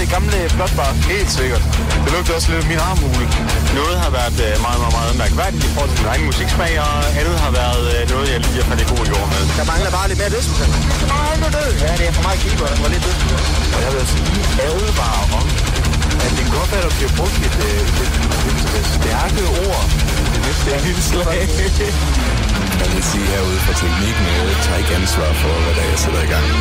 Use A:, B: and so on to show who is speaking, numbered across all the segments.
A: gamle flotbar. Helt sikkert. Det lugter også lidt af min armhule. Noget har været meget mærkværdigt i forhold til min egen musiksmag, og andet har været noget, jeg lige har faldet i god jord med. Der mangler bare lidt mere dødsmusik. Ja, det er for meget keyboard, der var lidt dødsmusik. Og jeg vil sige, advare om, at det kan godt være, der bliver brugt et stærke ord. Det næste er indslag.
B: Jeg vil sige herude fra teknikken, jeg tager ikke ansvar for, hvad der jeg sætter i gang.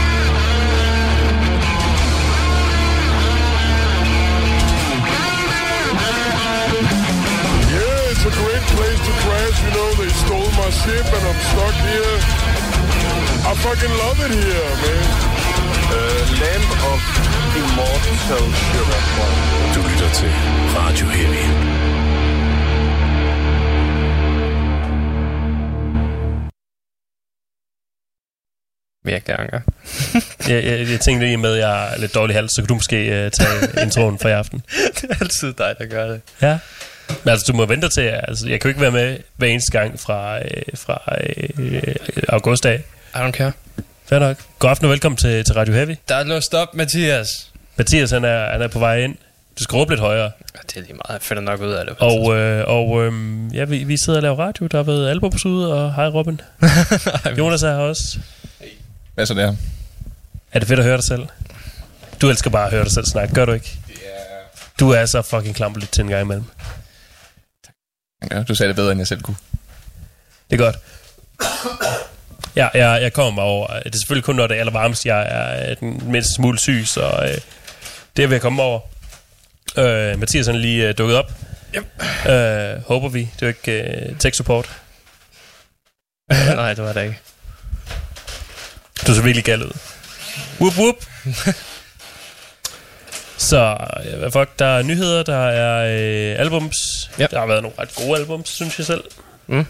C: Yeah, it's a great place to crash. You know, they stole my ship and I'm stuck here. I fucking love it here, man.
A: Land of Immortal Sugar.
B: Du lytter til Radio Heavy.
D: Virkelig anker.
E: jeg tænkte lige med, at jeg er lidt dårlig hals, så kan du måske tage introen for i aften.
D: Det er altid dig, der gør det.
E: Ja. Men altså, du må vente til, altså, jeg kan jo ikke være med hver eneste gang fra august af.
D: I don't care.
E: Fair nok. God aften og velkommen til Radio Heavy.
D: Der er låst op, Mathias.
E: Mathias, han er på vej ind. Du skal råbe lidt højere.
D: Ja, det er lige meget. Jeg finder nok ud af det.
E: Ja, vi sidder og laver radio. Der har været albums ude, og hej Robin. Jonas er her også.
B: Hvad så der?
E: Er det fedt at høre dig selv? Du elsker bare at høre dig selv snakke, gør du ikke?
B: Yeah.
E: Du er så fucking klam lidt til en gang imellem.
B: Ja, du sagde det bedre, end jeg selv kunne.
E: Det er godt. Ja, jeg kommer mig over. Det er selvfølgelig kun, når det er allervarmest. Jeg er den mindste smule syg, så det er ved at komme over. Mathias er lige dukket op. Yep. Håber vi. Det er jo ikke tech support.
D: Nej, det var det ikke.
E: Du ser virkelig gal ud. Whoop whoop. Så hvad fuck, der er nyheder, der er albums. Yep. Der har været nogle ret gode albums, synes jeg selv.
D: Mm.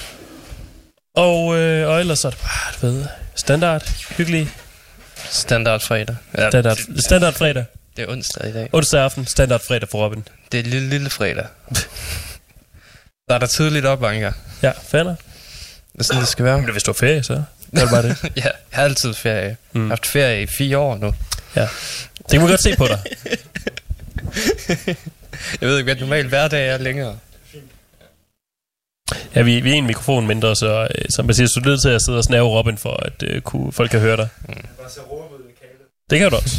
E: Og ellers er det bare, du ved, standard, hyggelig.
D: Standard fredag.
E: Ja, standard fredag.
D: Det er onsdag i dag.
E: Onsdag aften, standard fredag for Robin.
D: Det er lille fredag. Der er der tidligt op, Anker.
E: Ja, fander.
D: Det er sådan, det skal være.
E: Men hvis du har ferie, så er det bare det.
D: Ja, jeg har altid ferie. Jeg har haft ferie i 4 år nu.
E: Ja, det kan man godt se på dig.
D: Jeg ved ikke, hvad normal hverdag er længere.
E: Ja, vi er en mikrofon mindre, så man siger, du er nødt til at sidde og snæve Robin, for at folk kan høre dig. Det kan du også.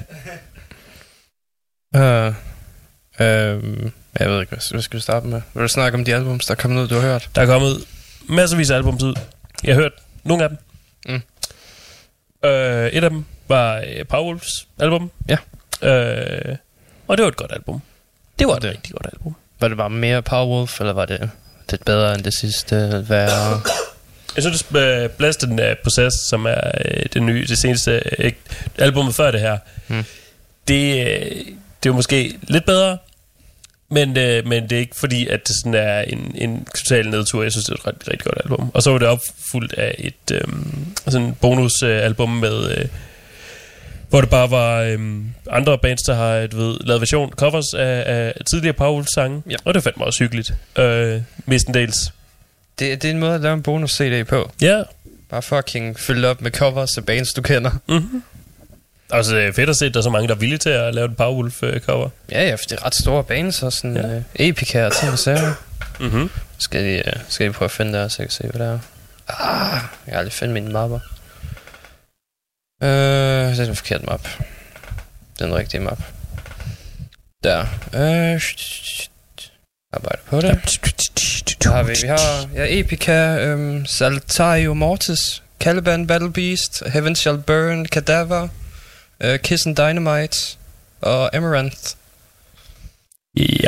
D: Jeg ved ikke, hvad skal vi starte med? Vil du snakke om de albums, der er kommet ud, du har hørt?
E: Der er kommet masservis af albums ud. Jeg har hørt nogle af dem. Et af dem var Powerwolves album.
D: Ja.
E: Og det var et godt album. Det var et rigtig godt album.
D: Var det bare mere Powerwolf, eller var det lidt bedre end det sidste?
E: Jeg synes, Blasted Possessed, som er det seneste albumet før det her, det er jo måske lidt bedre, men det er ikke fordi, at det sådan er en total nedtur. Jeg synes, det er et rigtig godt album. Og så var det opfuldt af et sådan bonusalbum med hvor det bare var andre bands, der har lavet covers af tidligere Powerwolf-sange. Ja. Og det fandt mig også hyggeligt. Mestendels.
D: Det er en måde at lave en bonus-CD på.
E: Ja. Yeah.
D: Bare fucking fylde op med covers af bands, du kender.
E: Mm-hmm. Altså, det er fedt at se, at der er så mange, der er villige til at lave et Powerwolf-cover.
D: Ja, for det er ret store bands og sådan Epica og ting og sager.
E: Mm-hmm.
D: Skal vi prøve at finde det, så jeg kan se, hvad det er. Jeg har aldrig fundet mine mapper. Det er den forkerte map. Den rigtige map. Der. Arbejder på det. Vi har Epica, Saltario Mortis, Caliban Battle Beast, Heaven Shall Burn, Cadaver, Kiss and Dynamite og Amaranth.
E: Ja.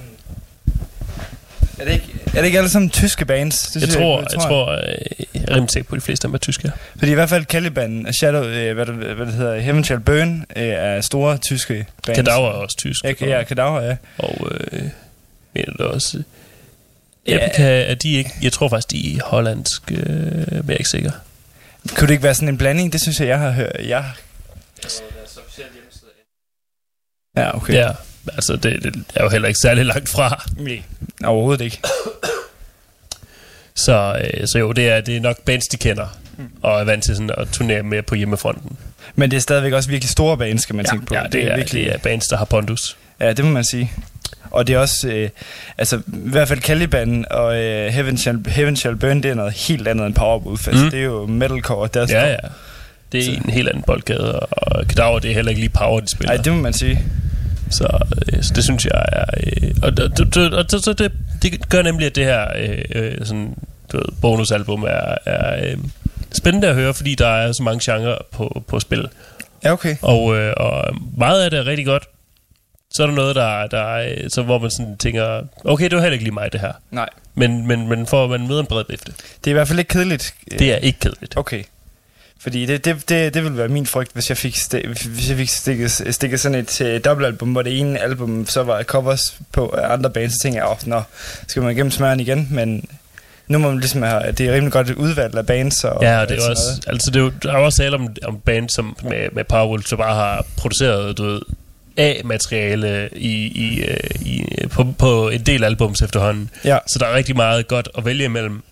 F: Er det ikke alle sammen tyske bands?
E: Jeg tror rimelig sikker på, de fleste af dem er tyske.
F: Fordi i hvert fald Caliban, Shadow, hvad det hedder, Heaven Shall Burn, er store tyske bands.
E: Cadaver er også tysk.
F: Ja, Cadaver, ja.
E: Og mener det også. Epica er de ikke. Jeg tror faktisk, de er hollandsk, men jeg er ikke sikker.
F: Kunne det ikke være sådan en blanding? Det synes jeg har hørt. Ja, okay.
E: Ja, altså det er jo heller ikke særlig langt fra.
F: Nej, overhovedet ikke.
E: Så jo, det er nok bands, de kender, og er vant til sådan at turnere med på hjemmefronten.
F: Men det er stadigvæk også virkelig store bands, skal man tænke på.
E: Ja, det er bands, der har pondus.
F: Ja, det må man sige. Og det er også, altså i hvert fald Caliban og Heaven Shall Burn, det er noget helt andet end Powerwolf. Altså, det er jo metalcore, der står.
E: Ja. Det er en helt anden boldgade, og Kadaver, det er heller ikke lige power, de spiller.
F: Nej, det må man sige.
E: Så det synes jeg er... Og det gør nemlig, at det her sådan, bonusalbum er spændende at høre, fordi der er så mange genrer på spil.
F: Ja, okay.
E: Og meget af det er rigtig godt. Så er der noget, der så hvor man sådan tænker, okay, det var heller ikke lige mig, det her.
F: Nej.
E: Men får man møder en bred vifte.
F: Det er i hvert fald ikke kedeligt.
E: Det er ikke kedeligt.
F: Okay. Fordi det ville være min frygt, hvis jeg fik stikket sådan et dobbeltalbum, hvor det ene album så var covers på andre bands, så tænkte jeg, skal man igennem smøren igen, men nu må man ligesom have, det er rimelig godt udvalgt af bands. Og
E: ja, det er også, altså der er også tale om bands, som med Powerwolf, så bare har produceret, du ved, A-materiale på en del albums efterhånden. Ja. Så der er rigtig meget godt at vælge imellem.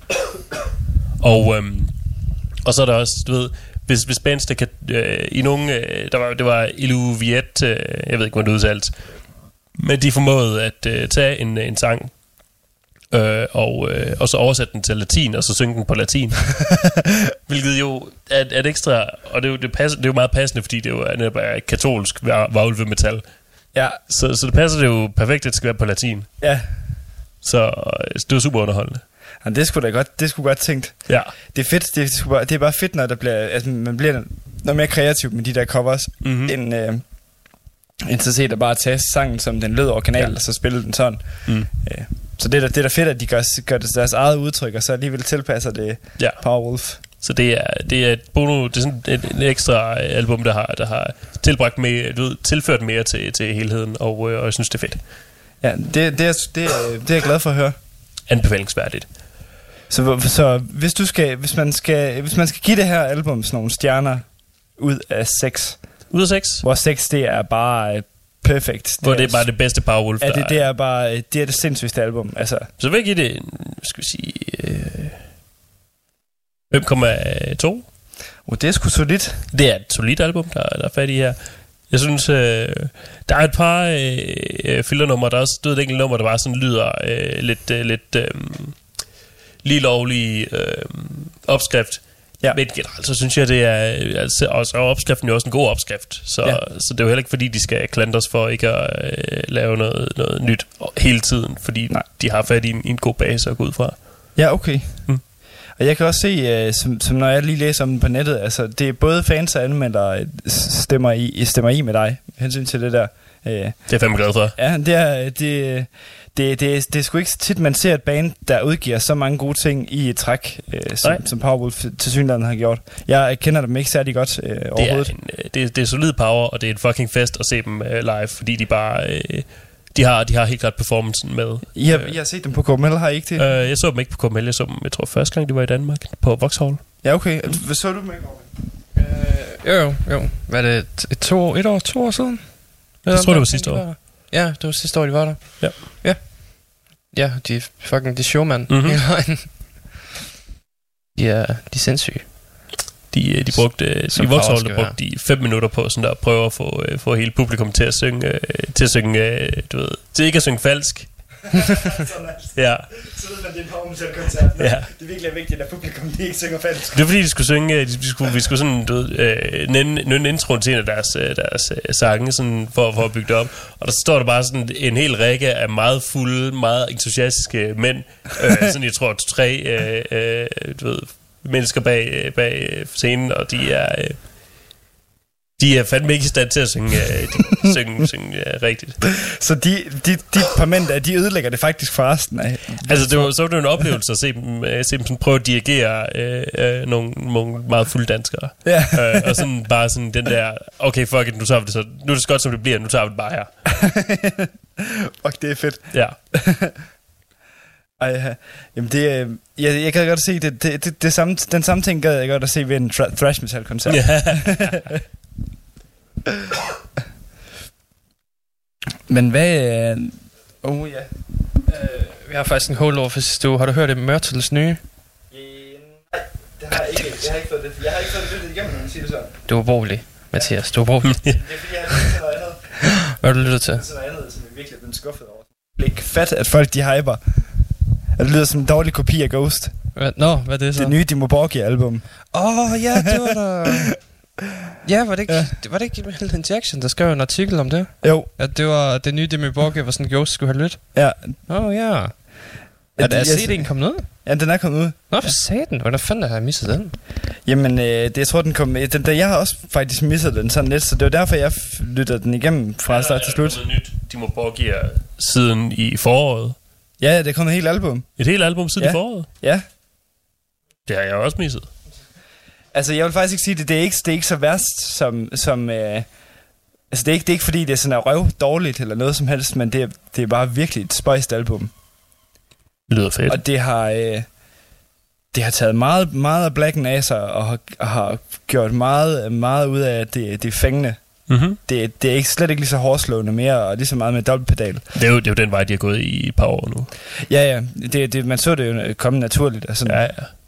E: Og så er der også, du ved, hvis bands, der kan i nogle, det var Illuviet, jeg ved ikke, hvordan det udtalt, men de formåede at tage en sang og så oversætte den til latin, og så synge den på latin. Hvilket jo er et ekstra, og det er jo meget passende, fordi det jo er katolsk varulvemetal. Ja. Så det passer det jo perfekt, at det skal være på latin. Ja. Så det var super underholdende.
F: Ja, det skulle da godt, det skulle godt tænkt. Ja. Det er fedt, det er bare fedt, når der bliver, altså man bliver noget mere kreativ med de der covers, end så set at bare tage sangen, som den lød originalt, og så spille den sådan. Så det er da fedt, at de gør det deres eget udtryk, og så alligevel tilpasser det Powerwolf.
E: Så det er et bono, det er sådan et ekstra album, der har tilbragt mere, tilført mere til helheden, og jeg synes, det er fedt.
F: Ja, det er jeg glad for at høre.
E: Anbefalingsværdigt.
F: Så hvis man skal give det her album sådan nogle stjerner ud af 6.
E: Ud af 6?
F: Hvor 6 det er bare perfekt.
E: Hvor det er bare det bedste Powerwolf.
F: Ja, det er bare det sindssygste album. Altså.
E: Så vil jeg give det, skal vi sige, 5,2.
F: Det er sgu solidt.
E: Det er et solidt album, der er fat i her. Jeg synes, der er et par filternumre, der er også et enkelt nummer, der bare sådan lyder lidt lige lovlig opskrift. Ja. Men generelt, så synes jeg, det er... Altså, og så er opskriften jo også en god opskrift. Så det er jo heller ikke, fordi de skal klandres for ikke at lave noget nyt hele tiden. Fordi de har fat i en god base at gå ud fra.
F: Ja, okay. Og jeg kan også se, som når jeg lige læser om den på nettet, altså det er både fans og anmeldere stemmer i med dig, hensyn til det der.
E: Det er jeg fandme glad for.
F: Ja, det er sgu ikke så tit, man ser et band, der udgiver så mange gode ting i et træk, som Powerwolf tilsyneladende har gjort. Jeg kender dem ikke særlig godt overhovedet.
E: Det er solid power, og det er en fucking fest at se dem live, fordi de bare... De har helt klart performancen med.
F: I har set dem på KML, har I ikke det?
E: Jeg så dem ikke på KML, jeg tror første gang, de var i Danmark, på Vauxhall.
F: Ja, okay. Hvad så du med
D: Jo. Var det et år siden?
E: Jeg tror, det var sidste år.
D: Ja, det var sidste år, de var der. Ja. Ja, de er fucking de showman. De er sindssyge.
E: De brugte i Vauxhall, der brugte de 5 minutter på sådan at prøve at få hele publikum til at synge, du ved, til ikke at synge falsk. Ja.
F: Så ved man, det er en Powerwolf-koncert. Ja. Det er virkelig vigtigt, at publikum de ikke synger falsk.
E: Det er fordi, de skulle synge, vi skulle sådan, du ved, nynne introen til en af deres sange, sådan for at bygge det op. Og der står der bare sådan en hel række af meget fulde, meget entusiastiske mænd. Sådan, jeg tror, 3, du ved, mennesker bag scenen, og de er fandme ikke i stand til at synge rigtigt.
F: Så de par mænd der, de ødelægger det faktisk for resten af.
E: Altså så var det en oplevelse at se dem sådan prøve at dirigere nogle meget fulde danskere. Ja. Og sådan bare sådan den der, okay, fuck it, nu tager vi det så. Nu er det så godt som det bliver, nu tager vi det bare her.
F: Og det er fedt.
E: Ja.
F: Ej, jamen det, jeg kan godt se det samme, den samme ting gad jeg godt at se ved en thrash metal koncert. Men hvad
D: Vi har faktisk en holdover for sidste uge. Har du hørt det Mørtels nye?
F: Nej, det har jeg ikke. Jeg har ikke fået det. Jeg har ikke fået det igennem, når man siger det sådan.
D: Du er ubrugelig, Mathias. Du er ubrugelig.
F: Det er fordi, jeg har lyttet til noget andet.
D: Hvad har du lyttet til?
F: Det er sådan noget andet, som jeg virkelig er blevet skuffet over. Det er ikke fedt, at folk de hyper. At det lyder som en dårlig kopi af Ghost.
D: Hvad er det så?
F: Det nye Dimmu Borgir-album.
D: Ja, det var der... Ja, var det ikke Milton Jackson, der skrev en artikel om det?
F: Jo.
D: At det var det nye Dimmu Borgir, hvor sådan Ghost skulle have lyttet?
F: Ja.
D: Ja. Er CD'en kommet ud?
F: Ja, den er kommet ud.
D: Nå, for satan. Hvordan fanden har jeg misset den?
F: Jamen, jeg tror, den kom... Jeg har også faktisk misset den sådan lidt, så det var derfor, jeg lytter den igennem fra start til slut.
E: Er der noget nyt Dimmu Borgir siden i foråret?
F: Ja, det er kommet et helt album.
E: Et helt album siden i foråret?
F: Ja.
E: Det har jeg også misset.
F: Altså, jeg vil faktisk ikke sige det. Det er ikke så værst som altså, det er ikke fordi, det er sådan røv dårligt eller noget som helst, men det er bare virkelig et spøjst album.
E: Det lyder fedt. Og
F: det har taget meget af blacken af sig, og har gjort meget ud af, at det er fængende.
E: Mm-hmm.
F: Det er slet ikke lige så hårdslående mere, og lige så meget med dobbeltpedal.
E: Det er jo den vej, de har gået i et par år nu.
F: Ja. Man så det jo komme naturligt. Og sådan.
E: Ja.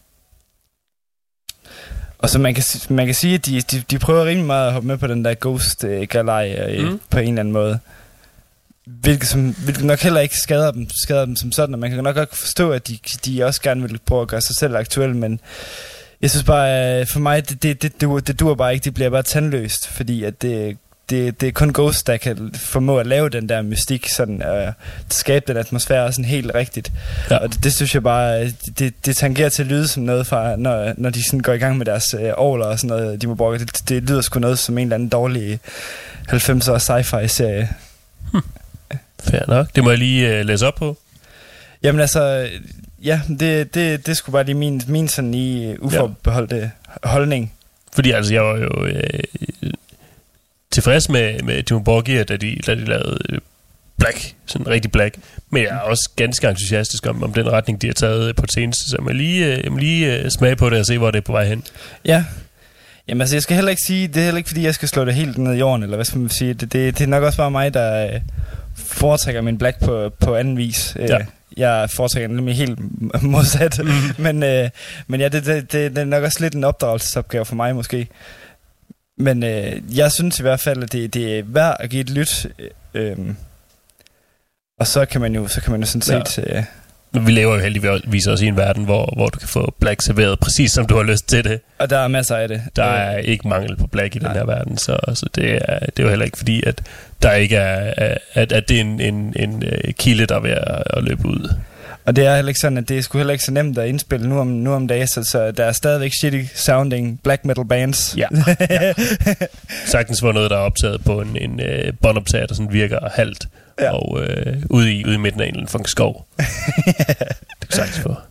E: Og
F: så man kan sige, at de prøver rimelig meget at hoppe med på den der Ghost-galej på en eller anden måde. Hvilket nok heller ikke skader dem som sådan, og man kan nok godt forstå, at de også gerne vil prøve at gøre sig selv aktuelle, men jeg synes bare, for mig, det dur bare ikke, det bliver bare tandløst, fordi at det er kun Ghost, der kan formå at lave den der mystik, sådan skabe den atmosfære sådan helt rigtigt. Ja. Og det synes jeg bare, det tangerer til at lyde som noget fra, når de sådan går i gang med deres orgler og sådan noget, Dimmu Borgir. Det lyder sgu noget som en eller anden dårlig 90'er sci-fi-serie.
E: Fair nok. Det må jeg lige læse op på.
F: Jamen altså, ja, det skulle bare lige min sådan i uforbeholdte holdning.
E: Fordi altså, jeg var jo tilfreds med Dimmu Borgir, da de lavede Black, sådan rigtig Black. Men jeg er også ganske entusiastisk om den retning, de har taget på det seneste. Så jeg må lige smage på det og se, hvor det er på vej hen.
F: Ja. Jamen altså, jeg skal heller ikke sige, det er heller ikke fordi, jeg skal slå det helt ned i jorden, eller hvad skal man sige. Det er nok også bare mig, der foretrækker min Black på anden vis. Ja. Jeg foretrækker nemlig helt modsat. Men ja, det er nok også lidt en opdragelsesopgave for mig måske. Men jeg synes i hvert fald, at det er værd at give et lyt. Og så kan man jo sådan set...
E: Vi lever jo heldigvis også i en verden, hvor du kan få Black serveret præcis som du har lyst til det.
F: Og der er masser af det.
E: Der er ikke mangel på Black i den her verden, så det er jo heller ikke fordi, at der ikke er, at det er en kilde, der er ved at løbe ud.
F: Og det er heller ikke sådan, at det er sgu heller ikke så nemt at indspille nu om dagen, så der er stadigvæk shitty sounding black metal bands.
E: Ja. Sagtens var noget, der er optaget på en båndoptager, der sådan virker halvt. Ja. Og ude i midten af en eller anden fucking skov. Det kan sagtens få.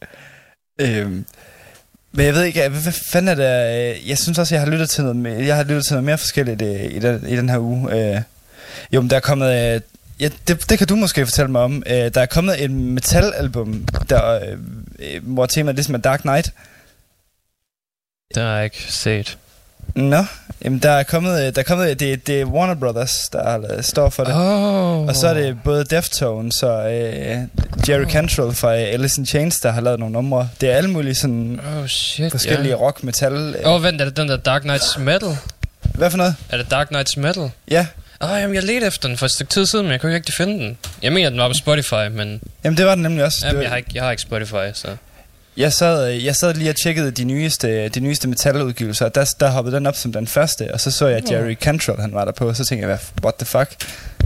F: Men jeg ved ikke, hvad fanden er det? Jeg synes også, jeg har lyttet til noget mere forskelligt i den her uge. Jo, men der er kommet... det kan du måske fortælle mig om. Der er kommet et metalalbum, hvor temaet ligesom er Dark Knight.
D: Det har jeg ikke set.
F: Nå, jamen der er kommet det er Warner Brothers, der står for det. Og så er det både Deftones og Jerry Cantrell fra Alice in Chains, der har lavet nogle numre. Det er alle mulige sådan forskellige rock, metal.
D: Vent, er det den der Dark Knight's Metal?
F: Hvad for noget?
D: Er det Dark Knight's Metal?
F: Ja.
D: Jamen jeg ledte efter den for et stykke tid siden, men jeg kunne ikke rigtig finde den. Jeg mener, den var på Spotify, men...
F: Jamen det var den nemlig også.
D: Jamen jeg har ikke Spotify, så...
F: Jeg sad lige og tjekkede de nyeste metaludgivelser, og der hoppede den op som den første, og så jeg Jerry Cantrell, han var der på, og så tænkte jeg, what the fuck?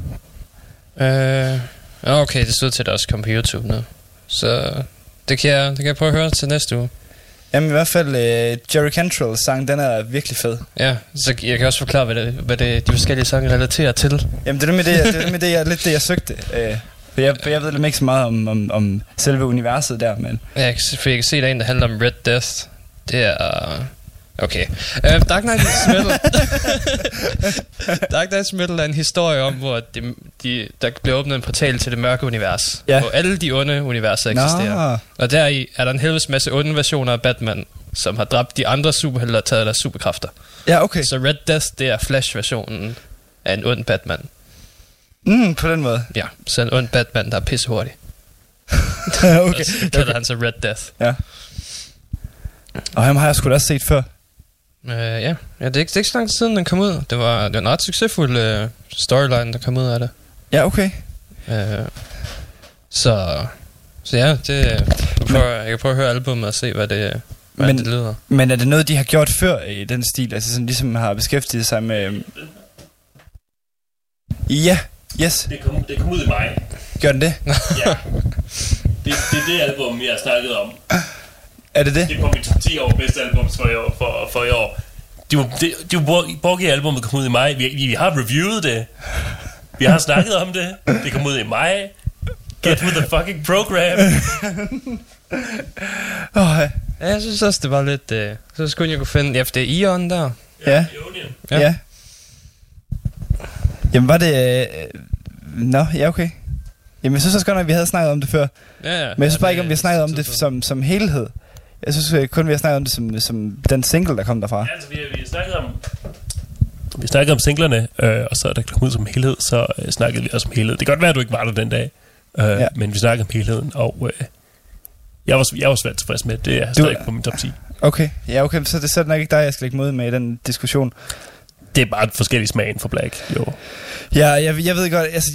D: Okay, det stod til, at det også kom på YouTube nu. Så det kan jeg prøve at høre til næste uge.
F: Jamen i hvert fald, Jerry Cantrells sang, den er virkelig fed.
D: Ja, så jeg kan også forklare, hvad de forskellige sange relaterer til.
F: Jamen det er lidt det, jeg søgte. For jeg ved lidt ikke så meget om selve universet der, men...
D: Ja, for jeg kan se, at der er en, der handler om Red Death. Det er... Okay. Dark Knight's Metal. Dark Knight's Metal er en historie om, hvor der bliver åbnet en portal til det mørke univers. Ja. Hvor alle de onde universer eksisterer. Og deri er der en helvedes masse onde versioner af Batman, som har dræbt de andre superhelte og taget deres superkræfter.
F: Ja, okay.
D: Så Red Death, det er Flash-versionen af en ond Batman.
F: På den måde.
D: Ja, så en ond Batman, der er pissehurtig.
F: Okay.
D: Så kalder han sig Red Death.
F: Ja. Og ham har jeg sgu da også set før.
D: Ja, det er ikke så lang tid siden, den kom ud. Det var en ret succesfuld storyline, der kom ud af det.
F: Ja, okay.
D: Så ja, jeg kan prøve at høre albumet og se, hvad det lyder.
F: Men er det noget, de har gjort før i den stil? Altså sådan ligesom har beskæftiget sig med... Ja, yes.
E: Det kom ud i maj.
F: Gør den det?
E: Ja. Det er det album, jeg har snakket om.
F: Er det det?
E: Det er på mit 10 år bedste album for i år. Borgia-albummet kom ud i maj. Vi har reviewet det. Vi har snakket om det. Det kom ud i maj. Get with the fucking program.
F: Ja,
D: jeg synes også, det var lidt... så skulle jeg kunne finde... Ja, for det er Ion der.
F: Ja. Ja. Jamen var det... ja, okay. Jamen jeg synes også godt nok, at vi havde snakket om det før.
D: Ja.
F: Men jeg synes bare ikke, om vi har snakket om det som helhed. Jeg synes kun, vi har snakket om det som den single, der kom derfra.
E: Ja, altså vi har snakket om singlerne, og så da det kom ud som helhed, så snakkede vi også om helhed. Det kan godt være, at du ikke var der den dag, men vi snakkede om helheden, og jeg var svært tilfreds med, det er stadig på min top 10.
F: Okay, ja okay, så det er nok ikke dig, jeg skal lægge mod med i den diskussion.
E: Det er bare et forskelligt smagen for Black, jo.
F: Ja, jeg ved godt, altså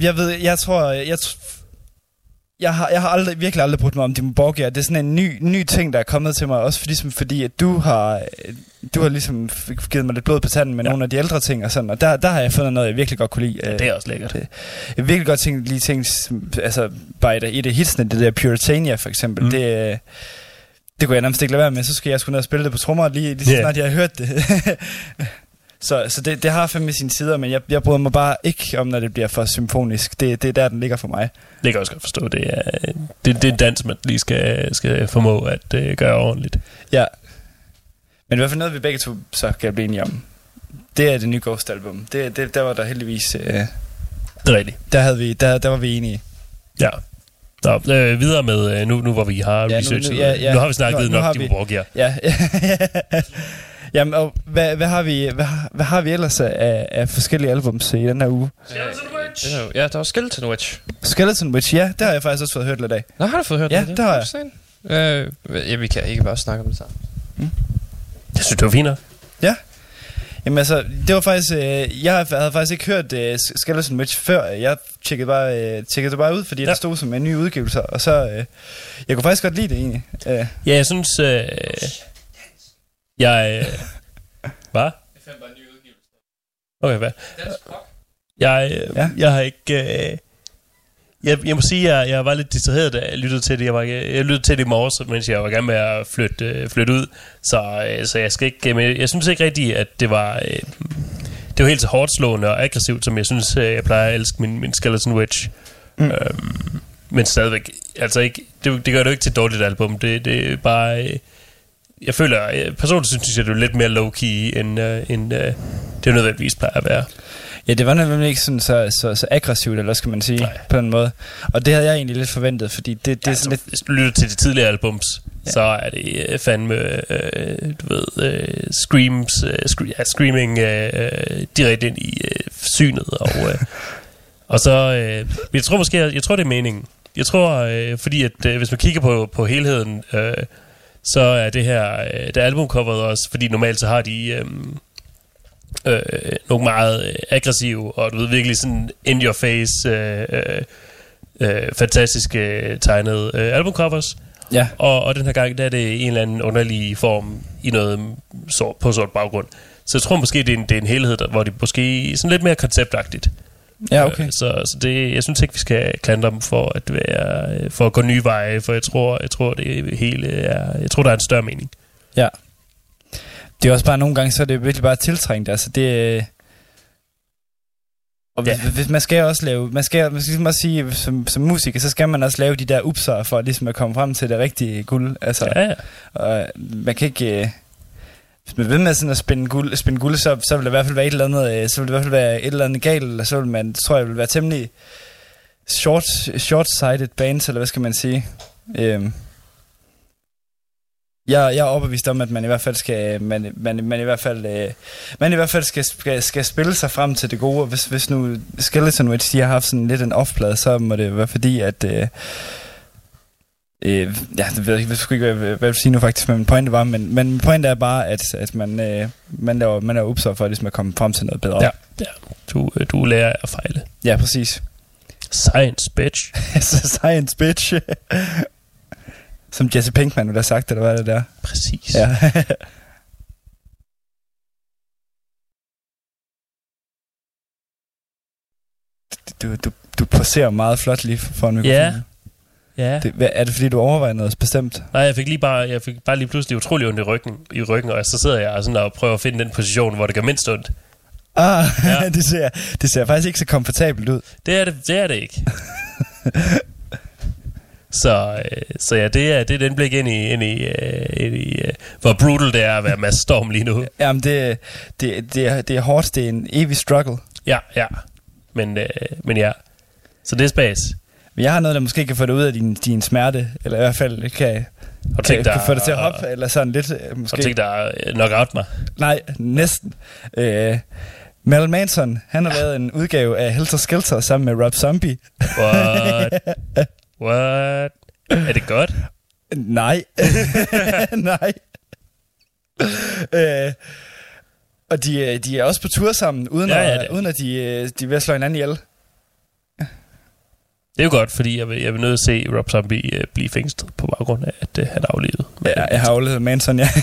F: jeg har virkelig aldrig brugt mig om Dimmu Borgir. Det er sådan en ny ting, der er kommet til mig, også fordi at du har ligesom givet mig lidt blod på tanden med nogle af de ældre ting og sådan, og der har jeg fundet noget, jeg virkelig godt kunne lide.
E: Ja, det er også lækkert.
F: Jeg virkelig godt lide ting, altså bare i det hitsene, det der Puritania for eksempel, det kunne jeg nærmest ikke lade være med, så skal jeg sgu ned og spille det på trommer lige snart jeg har hørt det. Så det har fandme sine sider, men jeg bryder mig bare ikke om, når det bliver for symfonisk. Det er der, den ligger for mig.
E: Det kan jeg også godt forstå. Det er en dans, man lige skal formå at gøre ordentligt. Ja.
F: Men i hvert fald noget, vi begge to så kan blive enige om. Det er det nye Ghost-album. Der var der heldigvis...
E: det er rigtigt.
F: Der var vi enige.
E: Ja. Så videre med, nu hvor vi har researchet. Nu har vi snakket nok Dimmu Borgir.
F: Ja. Jamen, og hvad har vi ellers af forskellige albums i den her uge?
D: Skeleton Witch. Ja, der var Skeleton Witch.
F: Skeleton Witch, ja, det har jeg faktisk også fået hørt lidt af.
D: Nå, har du fået hørt
F: det? Ja, det har
D: jeg. Ja, vi kan ikke bare snakke om det sammen.
E: Jeg synes, det var fint.
F: Ja. Jamen altså, det var faktisk... jeg havde faktisk ikke hørt Skeleton Witch før. Jeg tjekkede det bare ud, fordi der stod som en ny udgivelse. Og så... jeg kunne faktisk godt lide det egentlig.
E: Ja, jeg synes... Jeg... Hvad?
D: Jeg fandt bare en ny udgivelse.
E: Okay, hvad? Jeg har ikke... Jeg må sige, at jeg var lidt distraheret, da jeg lyttede til det. Jeg lyttede til det i morges, mens jeg var gerne med at flytte ud. Så jeg skal ikke... Men jeg synes ikke rigtigt, at det var... det var helt så hårdt slående og aggressivt, som jeg synes, jeg plejer at elske min Skeleton Witch. Men stadigvæk... Altså ikke... Det gør det jo ikke til et dårligt album. Det er bare... Jeg føler... Personligt synes jeg, det er lidt mere low-key, end det er nødvendigvis plejer at være.
F: Ja, det var nemlig ikke sådan så aggressivt, eller skal man sige, på den måde. Og det havde jeg egentlig lidt forventet, fordi det er sådan lidt...
E: Hvis du lytter til de tidligere albums, så er det fandme, du ved, screaming direkte ind i synet. Og så... jeg tror måske, jeg tror det er meningen. Jeg tror, fordi at hvis man kigger på helheden, så er det her, det albumcoveret også, fordi normalt så har de... nogle meget aggressive og du ved virkelig sådan in your face fantastiske tegnede albumcovers.
F: Ja.
E: Og den her gang der er det en eller anden underlig form i noget på sort baggrund. Så jeg tror måske det er en helhed hvor det måske sådan lidt mere konceptagtigt.
F: Ja, okay.
E: Så det, jeg synes ikke vi skal klandre dem for at gå nye veje, for jeg tror det hele er, jeg tror der er en større mening.
F: Ja. Det er også bare nogle gange, så er det virkelig bare tiltrængt. Altså det... Og hvis man skal også lave... Man skal ligesom også sige, som musiker, så skal man også lave de der upser for ligesom at komme frem til det rigtige guld. Altså,
E: ja.
F: Og man kan ikke... Hvis man ved med sådan at spænde guld, så vil der i hvert fald være et eller andet... Så vil det i hvert fald være et eller andet galt, eller så vil man, tror jeg, vil være temmelig short-sighted bands, eller hvad skal man sige... Jeg er overbevist om, at man i hvert fald skal man i hvert fald skal spille sig frem til det gode. Hvis nu Skeleton Witch de har haft sådan lidt en off-plade, så må det være fordi at det ved jeg ikke, jeg skulle ikke, hvad jeg vil sige nu faktisk, men min pointe var, men min pointe er bare, at man laver opsøg for ligesom at komme frem til noget bedre.
E: Ja. Du lærer at fejle.
F: Ja, præcis.
E: Science, bitch.
F: Science, bitch. Som Jesse Pinkman ville have sagt, eller hvad er det der?
E: Præcis.
F: Ja. Du poserer meget flot lige for en mikrofon.
E: Ja.
F: Er det fordi, du overvejer noget bestemt?
E: Nej, jeg fik bare lige pludselig utrolig ondt i ryggen, og så sidder jeg sådan og prøver at finde den position, hvor det gør mindst ondt.
F: Ja. det ser faktisk ikke så komfortabelt ud.
E: Det er det ikke. Så ja, det er den blik ind i hvor brutal det er at være Mads Storm lige nu.
F: Jamen, det er hårdt, det er en evig struggle.
E: Ja. Men ja. Så det er spas.
F: Men jeg har noget, der måske kan få dig ud af din smerte, eller i hvert fald kan få dig til at hoppe, eller sådan lidt. Måske.
E: Og tænk dig knock out mig.
F: Nej, næsten. Marilyn Manson, han har lavet en udgave af Helter Skelter sammen med Rob Zombie.
E: What? Er det godt?
F: Nej. Nej. Og de er også på tur sammen, uden at de er ved at slå hinanden ihjel.
E: Det er jo godt, fordi jeg vil nødt til at se Rob Zombie blive fængslet på baggrund af, at han er aflevet.
F: Ja, jeg har aflevet Manson, ja.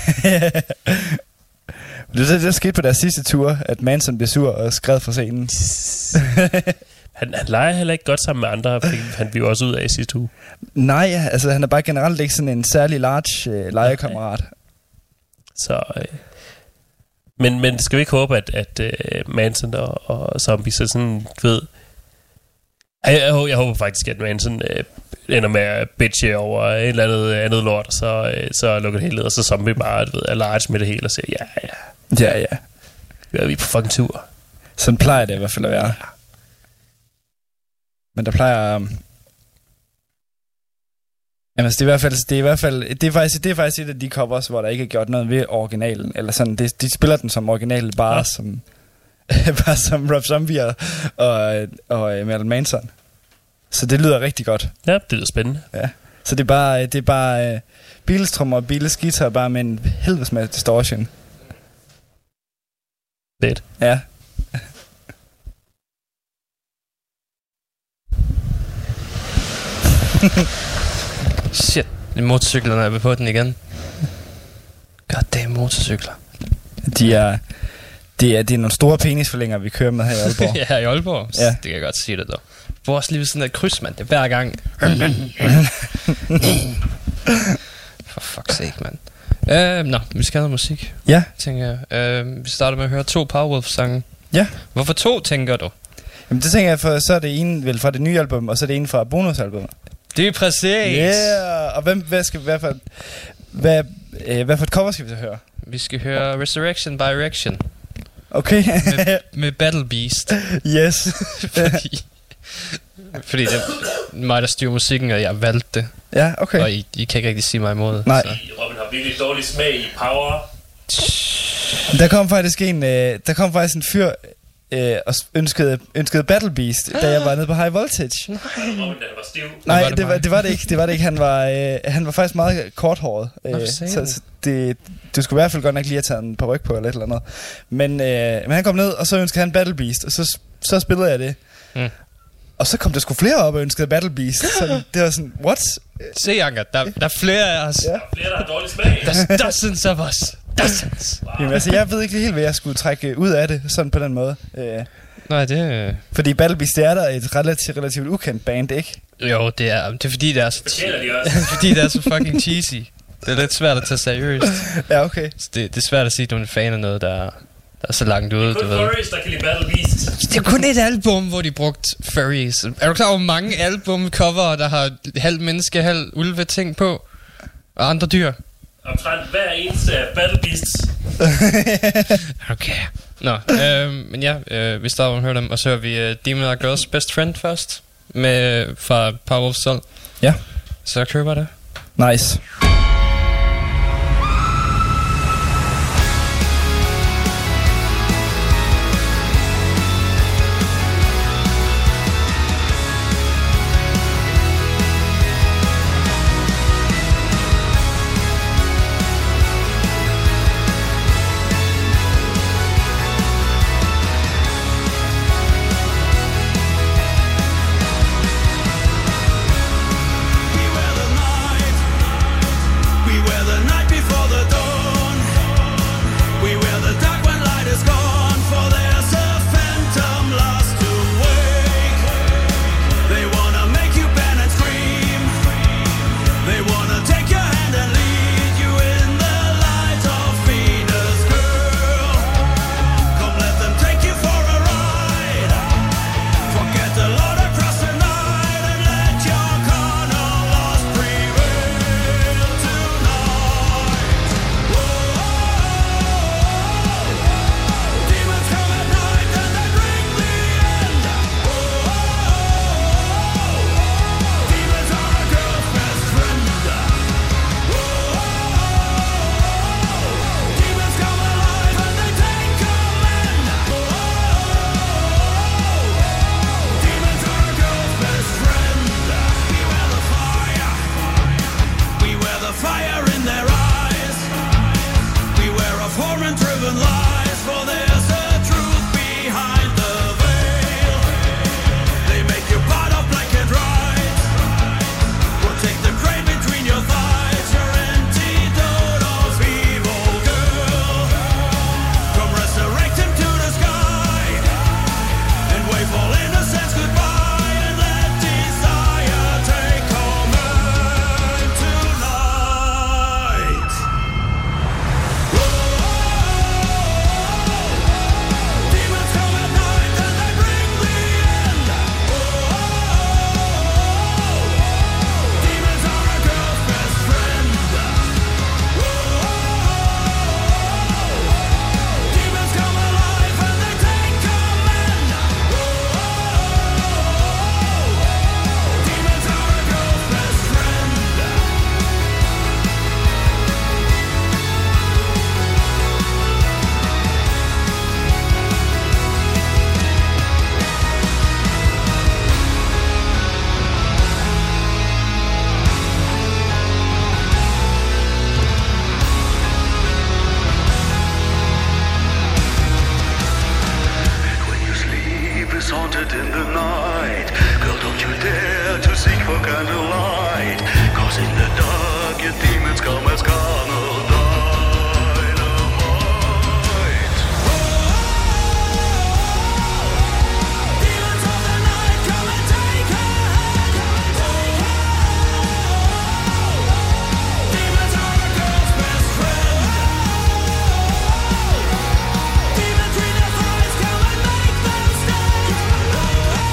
F: Det skete på deres sidste tur, at Manson blev sur og skred fra scenen.
E: Han leger heller ikke godt sammen med andre, han blev også ud af i sidste uge.
F: Nej, altså han er bare generelt ikke sådan en særlig large legekammerat. Så...
E: Men skal vi ikke håbe, at Manson og Zombie så sådan, ved... Jeg håber faktisk, at Manson ender med at bitche over et eller andet lort, og så lukker det hele ned, og så Zombie bare er large med det hele og siger, ja. Vi er på fucking tur.
F: Sådan plejer det i hvert fald at være. Ja. Men der plejer... Jamen, det er faktisk et af de covers, hvor der ikke er gjort noget ved originalen, eller sådan, de spiller den som original, bare som Rob Zombie og Marilyn Manson. Så det lyder rigtig godt.
E: Ja, det lyder spændende.
F: Ja. Så det er bare Beatles trommer og Beatles guitar, bare med en helvedes med distortion.
E: Fedt.
F: Ja.
D: Shit, motorcyklerne er på den igen. Goddamn motorcykler.
F: Det er nogle store penisforlænger, vi kører med her i Aalborg.
D: Ja, i Aalborg. Ja. Det kan jeg godt sige det dog. Hvor også lige ved sådan et kryds, mand. Det er hver gang. For fuck's sake, mand. Vi skal have noget musik.
F: Ja.
D: Tænker jeg. Vi starter med at høre 2 Powerwolf-sange.
F: Ja.
D: Hvorfor 2, tænker du?
F: Jamen det tænker jeg, for så er det ene vel fra det nye album, og så er det ene fra bonusalbummet.
D: Det er præcis.
F: Yeah. Og hvad skal vi hvad for et cover skal vi så høre?
D: Vi skal høre Resurrection by Erection.
F: Okay.
D: med Battle Beast.
F: Yes.
D: fordi det er mig, der styrer musikken, og jeg valgte det.
F: Ja, okay.
D: Og I kan ikke rigtig sige mig imod.
F: Nej.
E: Så. Robin har virkelig dårlig smag i power.
F: Der kom faktisk en fyr og ønskede Battle Beast, da jeg var nede på High Voltage.
E: Nej. Robin, den var stiv.
F: Nej, det var det ikke. Han var faktisk meget korthåret. Så du skulle i hvert fald godt nok lige have taget en ryg på eller et eller andet. Men han kom ned, og så ønskede han Battle Beast, og så spillede jeg det. Og så kom der sgu flere op og ønskede Battle Beast. Så det var sådan, what?
D: Se, Anker, der er flere af os.
F: Ja.
E: Der er flere, der har dårlig smag.
D: There's dozens of us. Dozens.
F: Wow. Jamen altså, jeg ved ikke helt, hvad jeg skulle trække ud af det, sådan på den måde.
D: Nej, det...
F: Fordi Battle Beast, det er der et relativt ukendt band, ikke?
D: Jo, det er fordi, det er så... fordi det er så fucking cheesy. Det er lidt svært at tage seriøst.
F: Ja, okay.
D: Så det er svært at sige, at du er en fan af noget, der er så langt ude,
E: du ved. Det er kun furries, der kan lide Battle Beast.
D: Det er kun et album, hvor de brugt furries. Er du klar over mange albumcover, der har halv menneske, halv ulve ting på? Og andre dyr?
E: Omtrent hver eneste af Battle Beasts.
D: Okay. Nå, men ja, vi starter med at høre dem, og så hører vi Demon Are Girls Best Friend først, fra Powerwolf Soul.
F: Ja.
D: Så kører bare det.
F: Nice.
G: Hormone-driven lies, for there's a truth behind the veil. They make you part of black and white. Protect the crane between your thighs, your antidote of evil, girl. Come resurrect him to the sky, and wave all innocence goodbye, and let desire take command tonight. Demons come at night and they bring the end. Demons are a girl's best friend. Demons come alive and they take command. Demons are a girl's best friend.
H: When you sleep is haunted in the night, girl, don't you dare to seek for candlelight, 'cause in the dark your demons come as carnal dynamite.
G: Demons of the night come and take her. Demons are a girl's best friend. Demons read their thighs, come and make them stay.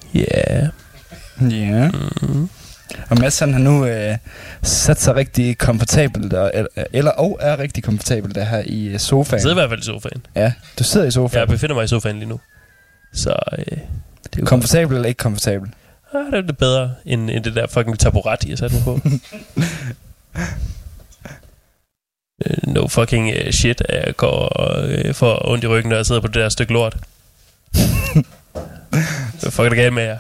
E: Yeah.
F: Ja. Og Mads han har nu sat sig rigtig komfortabelt, og er rigtig komfortabelt der her i sofaen.
E: Jeg sidder i hvert fald i sofaen.
F: Ja, du sidder i sofaen.
E: Jeg befinder mig i sofaen lige nu. Så det er
F: komfortabel eller ikke komfortabel?
E: Det er lidt bedre end det der fucking taburet, jeg satte mig på. No fucking shit, jeg går og får ondt i ryggen, når jeg sidder på det der stykke lort. Hvad fuck er det galt med jer?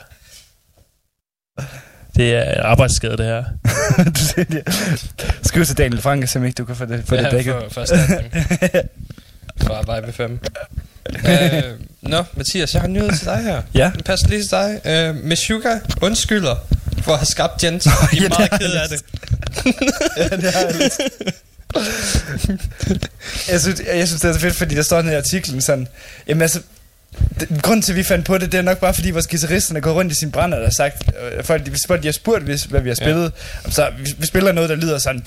E: Det er en arbejdsskade, det her.
F: Skriv til Daniel Frank, så ikke du kan få det dækket.
D: For erstatning. For arbejde ved 5. Nå, Mathias, jeg har nyhed til dig her.
F: Ja.
D: Den passer lige til dig. Meshuggah undskylder for at have skabt Jens. De er meget ked af det.
F: Ja, det har jeg lidt. Jeg synes, det er så fedt, fordi der står nede i artiklen sådan, jamen altså, grunden til, at vi fandt på det, det er nok bare, fordi vores guitaristerne går rundt i sin brænder og har sagt, folk de har spurgt, hvad vi har spillet. Ja. Så vi spiller noget, der lyder sådan,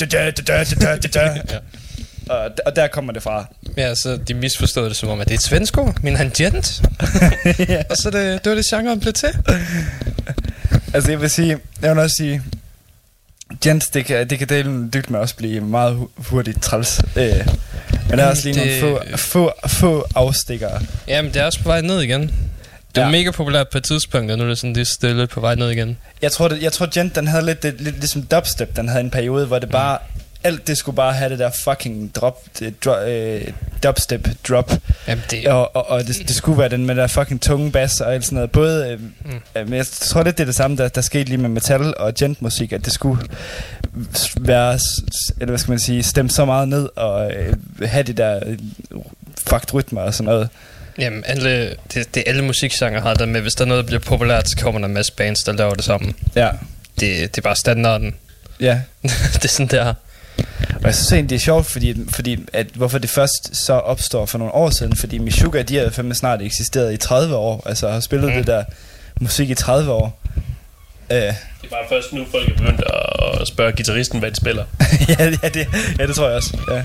F: og der kommer det fra.
D: Ja, så de misforstod det som om, at det er et svensk ord, men han Jens. Ja. Og så det var det genren blev til.
F: Altså jeg vil også sige, Jens, det kan dygt med også blive meget hurtigt træls. Men der er også lige nogle få afstikkere.
D: Jamen, det er også på vej ned igen. Det var mega populært på et tidspunkt, og nu er det sådan lidt stille på vej ned igen.
F: Jeg tror Jens, den havde lidt ligesom dubstep. Den havde en periode, hvor det bare alt det skulle bare have det der fucking dubstep drop.
D: Jamen,
F: og det skulle være den med der fucking tunge bass og alt sådan noget. Både men jeg tror lidt det er det samme der skete lige med metal og gent-musik, at det skulle være, eller hvad skal man sige, stemt så meget ned og have det der fucked rytmer og sådan noget.
D: Jamen, det alle musikgenre har der med, hvis der er noget, der bliver populært, så kommer der en masse bands, der laver det sammen.
F: Ja.
D: Det er bare standarden.
F: Ja.
D: Det er sådan, det er.
F: Og jeg synes egentlig, det er sjovt, fordi at hvorfor det først så opstår for nogle år siden, fordi Meshuggah, de har fandme snart eksisteret i 30 år, altså har spillet det der musik i 30 år.
E: Det er bare først nu, folk er begyndt at spørge guitaristen, hvad de spiller.
F: det tror jeg også, ja.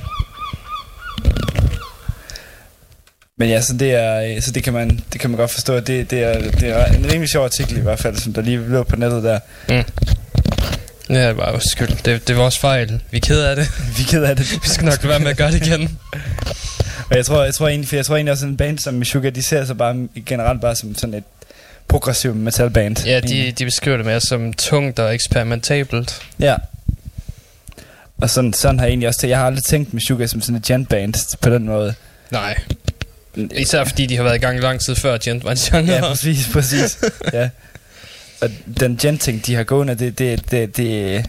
F: Men ja, så det kan man godt forstå, at det er en rimelig sjov artikel i hvert fald, som der lige lå på nettet der.
D: Ja, det var også skyld. Det er vores fejl. Vi er ked af det. Vi skal nok være med at gøre det igen.
F: Og jeg tror egentlig også en band som Meshuggah, de ser sig bare generelt bare som sådan et progressiv metalband.
D: Ja, de beskriver det mere som tungt og eksperimentabelt.
F: Ja. Og sådan har jeg egentlig også jeg har aldrig tænkt Meshuggah som sådan et gent-band på den måde.
D: Nej. Især fordi de har været i gang lang tid før gent var en genre.
F: Ja, præcis. Ja. Og den gent-ting, de har gående, det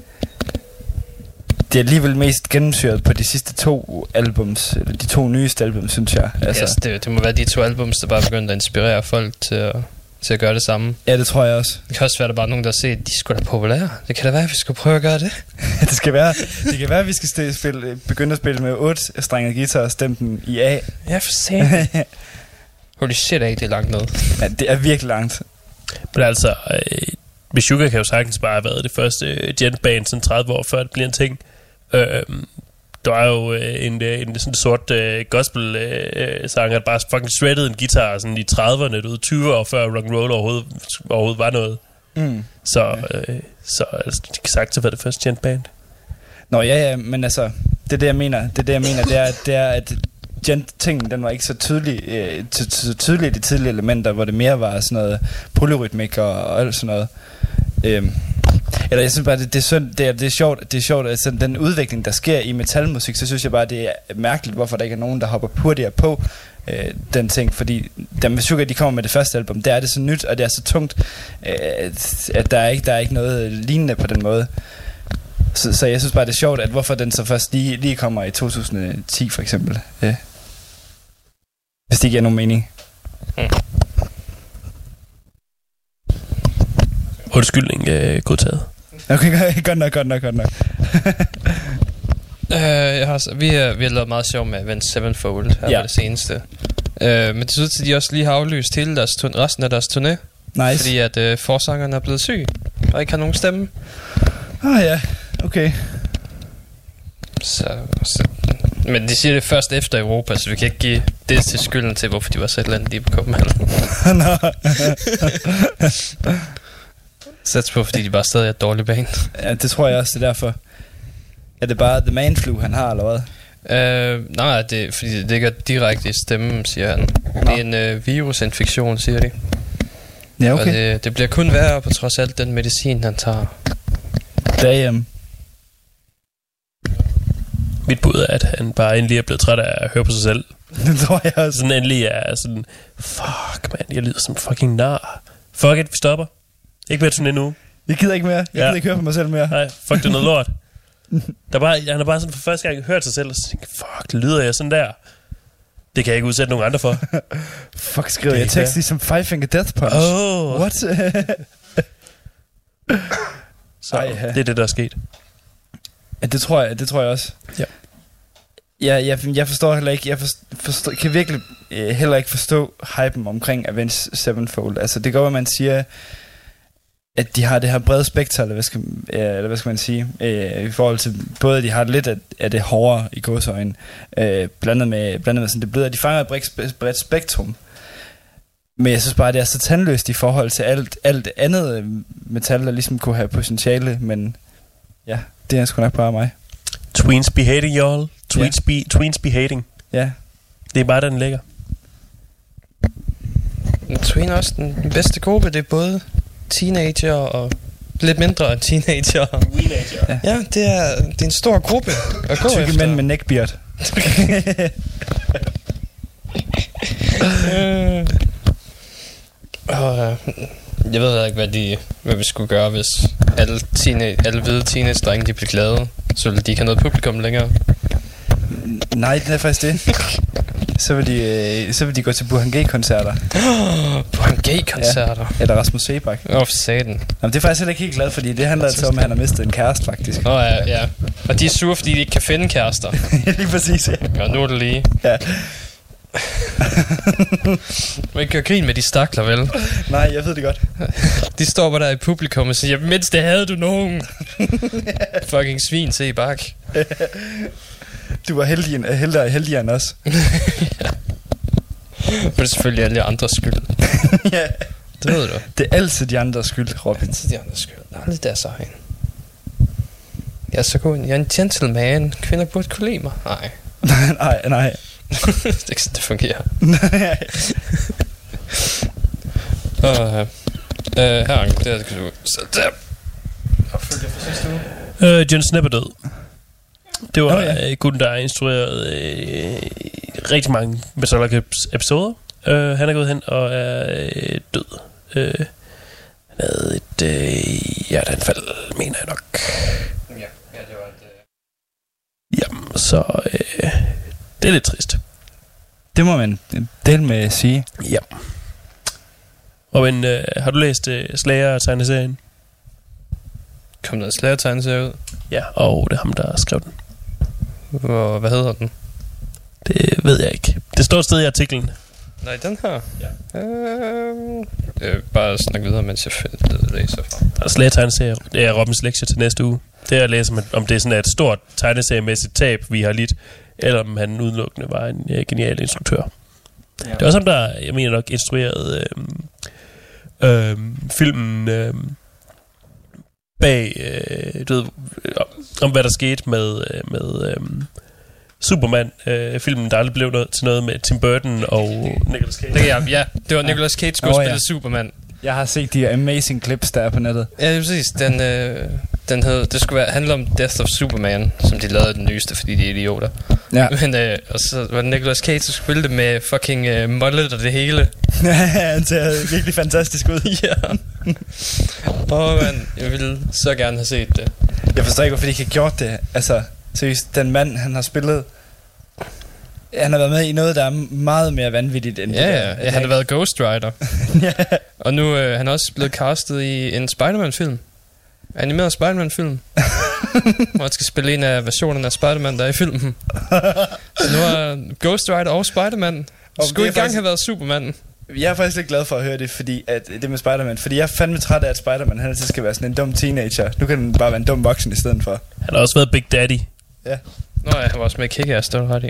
F: er alligevel mest gennemsyret på de sidste 2 albums, eller de 2 nyeste albums, synes jeg.
D: Altså. Ja, det må være de 2 albums, der bare begyndte at inspirere folk til at gøre det samme.
F: Ja, det tror jeg også.
D: Det kan også være, der bare nogen, der ser, at de skulle da populære. Det kan da være, at vi skulle prøve at gøre det.
F: Det kan være, at vi skal begynde at spille med 8-strenget guitar og stemme dem i A.
D: Ja, for satan. Holy shit, det er langt ned.
F: Ja, det er virkelig langt.
E: Men altså, Meshuggah kan jo sagtens bare have været det første gent-band sådan 30 år før det bliver en ting. Der var jo en sådan sort gospel-sanger, der bare fucking shreddede en guitar sådan i 30'erne, 20 år før rock'n'roll overhovedet var noget. Så altså, de kan sagtens have været det første gent-band.
F: Nå ja, men altså, det er det jeg mener. Det er at gent-tingen, den var ikke så tydelig i de tidlige elementer, hvor det mere var sådan noget polyrytmik og alt sådan noget. Eller jeg synes bare, det er synd, det er sjovt, altså den udvikling, der sker i metalmusik, så synes jeg bare, det er mærkeligt, hvorfor der ikke er nogen, der hopper hurtigere på den ting, fordi da Meshuggah, de kommer med det første album, der er det så nyt, og det er så tungt, at der er ikke noget lignende på den måde. Så jeg synes bare, det er sjovt, at hvorfor den så først lige kommer i 2010 for eksempel. Hvis det ikke giver nogen mening.
E: Undskyldning, godtaget.
F: Okay, godt nok.
D: Vi har lavet meget sjov med Avenged Sevenfold her på det seneste. Men det synes at de også lige har aflyst hele resten af deres turné.
F: Nice.
D: Fordi at forsangeren er blevet syg og ikke har nogen stemme.
F: Ja, okay.
D: Så Men de siger det først efter Europa, så vi kan ikke give det til skylden til, hvorfor de var så et land lige på Copenhagen. Sats på, fordi de bare stadig er et dårligt band.
F: Ja, det tror jeg også, det er derfor. Er det bare The Man Flu, han har, eller hvad?
D: Nej, det er, fordi det ligger direkte i stemmen, siger han. Det er en virusinfektion, siger de.
F: Ja, okay.
D: Og det bliver kun værre på trods af alt den medicin, han tager.
F: Damn.
E: Mit bud er, at han bare endelig er blevet træt af at høre på sig selv.
F: Det tror jeg også.
E: Sådan endelig er sådan, fuck man, jeg lyder som fucking nar. Fuck it, vi stopper. Ikke mere sådan endnu.
F: Jeg gider ikke mere. Jeg gider ikke høre på mig selv mere.
E: Nej, fuck, det er noget lort. Han har bare sådan for første gang hørt sig selv og tænkt, fuck, lyder jeg sådan der? Det kan jeg ikke udsætte nogen andre for.
F: Fuck, skriver jeg tekst ligesom Five Finger Death Punch. What?
E: Så det er det, der er sket.
F: Ja, det tror jeg også. Ja. Jeg forstår heller ikke. Kan virkelig heller ikke forstå hypen omkring Avenged Sevenfold. Altså det går, at man siger, at de har det her brede spektrum, eller hvad skal man sige, i forhold til både at de har lidt af det hårdere i gåseøjne, blandet med sådan det bløde, at de fanger et bredt spektrum. Men jeg synes bare, at det er så tandløst i forhold til alt andet metal, der ligesom kunne have potentiale, men ja, det er sgu nok bare mig.
E: Tweens be hating, y'all. Tweens be hating.
F: Ja.
E: Det er bare, der den ligger.
D: Tween er også den bedste gruppe. Det er både teenager og lidt mindre teenager. Ja, det er en stor gruppe at gå efter.
F: Tykke mænd med neckbeard.
D: Jeg ved ikke, hvad vi skulle gøre, hvis alle hvide teenage-drenge de blev glade. Så ville de ikke have noget publikum længere.
F: Nej, det er faktisk det. Så vil de gå til Burhan G-koncerter.
D: Burhan G-koncerter?
F: Ja. Eller Rasmus Sebak.
D: For satan.
F: Det er faktisk heller ikke helt glad, fordi det handler altså om, at han har mistet en kæreste, faktisk.
D: Ja. Og de er sure, fordi de ikke kan finde kærester.
F: Lige præcis, ja.
D: Og nu er det lige.
F: Ja.
D: Man ikke gøre grin med de stakler, vel?
F: Nej, jeg ved det godt.
D: De står bare der i publikum og siger, mindst det havde du nogen. Fucking svin, Sebak.
F: Du var heldigere end os.
D: Ja. Men det er selvfølgelig alle de andres skyld.
F: Ja.
D: Det ved du.
F: Det er altid de andres skyld, Robin.
D: Altid de andres skyld. Det er aldrig deres egen. Jeg er så god. Jeg er en gentleman. Kvinder burde kunne lide mig. Nej.
F: Nej.
D: Det er ikke sådan, det fungerer.
F: Nej.
D: Her, det kan du... Så der. Opfølger for sidste uge.
E: John Snapper død. Det var gutten, der har instrueret rigtig mange Metallica episoder. Han er gået hen og er død. Han havde et hjerteanfald, mener jeg nok.
D: Ja, det var et...
E: Jamen, så det er lidt trist.
F: Det må man del med sige.
E: Ja. Og men, har du læst Slayer-tegneserien?
D: Kom der en Slayer-tegneserie ud?
E: Ja, og det er ham, der skrev den.
D: Og hvad hedder den?
E: Det ved jeg ikke. Det står et sted i artiklen.
D: Nej, den her?
E: Ja.
D: Bare snak videre, mens jeg læser fra.
E: Der er Slayer-tegneserie. Det er Robins lektie til næste uge. Det er at læse, om det er sådan et stort tegneseriemæssigt tab, vi har lidt, eller om han udelukkende var en genial instruktør. Ja. Det er også ham, der, jeg mener nok, instruerede filmen bag, du ved, om hvad der skete med Superman, filmen, der aldrig blev noget til noget med Tim Burton og Nicolas Cage.
D: Ja, det var Nicolas Cage, skulle spille Superman.
F: Jeg har set de amazing clips, der er på nettet.
D: Ja, det er præcis. Den hed, det skulle handle om Death of Superman, som de lavede den nyeste, fordi de er idioter. Ja. Men, og så var det Nicolas Cage, der spillede det med fucking mullet og det hele.
F: Ja, han ser virkelig fantastisk ud.
D: Ja. Man, jeg ville så gerne have set det.
F: Jeg forstår ikke, hvorfor de ikke har gjort det. Altså, seriøst, den mand, han har spillet... Han har været med i noget, der er meget mere vanvittigt end det der.
D: Ja, han har været Ghost Rider. Ja. Og nu han er også blevet castet i en Spider-Man-film. Animeret Spider-Man-film. Hvor han skal spille en af versionerne af Spider-Man, der er i filmen. Så nu er Ghost Rider og Spider-Man skulle i gang have været Superman.
F: Jeg er faktisk lidt glad for at høre det, fordi at det med Spider-Man. Fordi jeg er fandme træt af, at Spider-Man han altid skal være sådan en dum teenager. Nu kan den bare være en dum voksen i stedet for.
E: Han har også været Big Daddy.
F: Ja.
D: Nå ja, han var også med i Kick-Ass, det var ret i.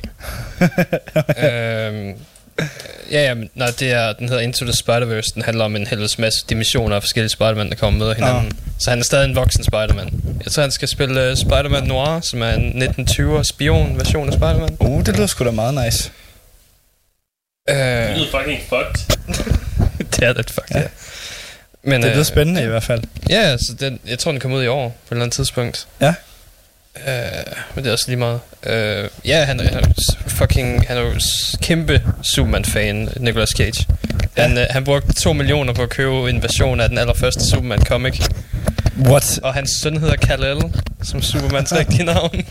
D: Den hedder Into the Spider-Verse. Den handler om en helvedes masse dimensioner af forskellige Spider-Man, der kommer og møder hinanden. Så han er stadig en voksen Spider-Man. Jeg tror, han skal spille Spider-Man Noir, som er en 1920'er spion-version af Spider-Man.
F: Det lyder sgu da meget nice.
E: Det lyder fucking fucked.
D: Det er lidt fucked, ja. Men,
F: det lyder spændende i hvert fald.
D: Ja, så jeg tror, den kommer ud i år på et eller andet tidspunkt.
F: Ja.
D: Men det er også lige meget. Han er jo kæmpe Superman-fan, Nicolas Cage. Han brugte 2 millioner på at købe en version af den allerførste Superman comic.
F: What?
D: Og hans søn hedder Kal-El, som Supermans rigtige navn.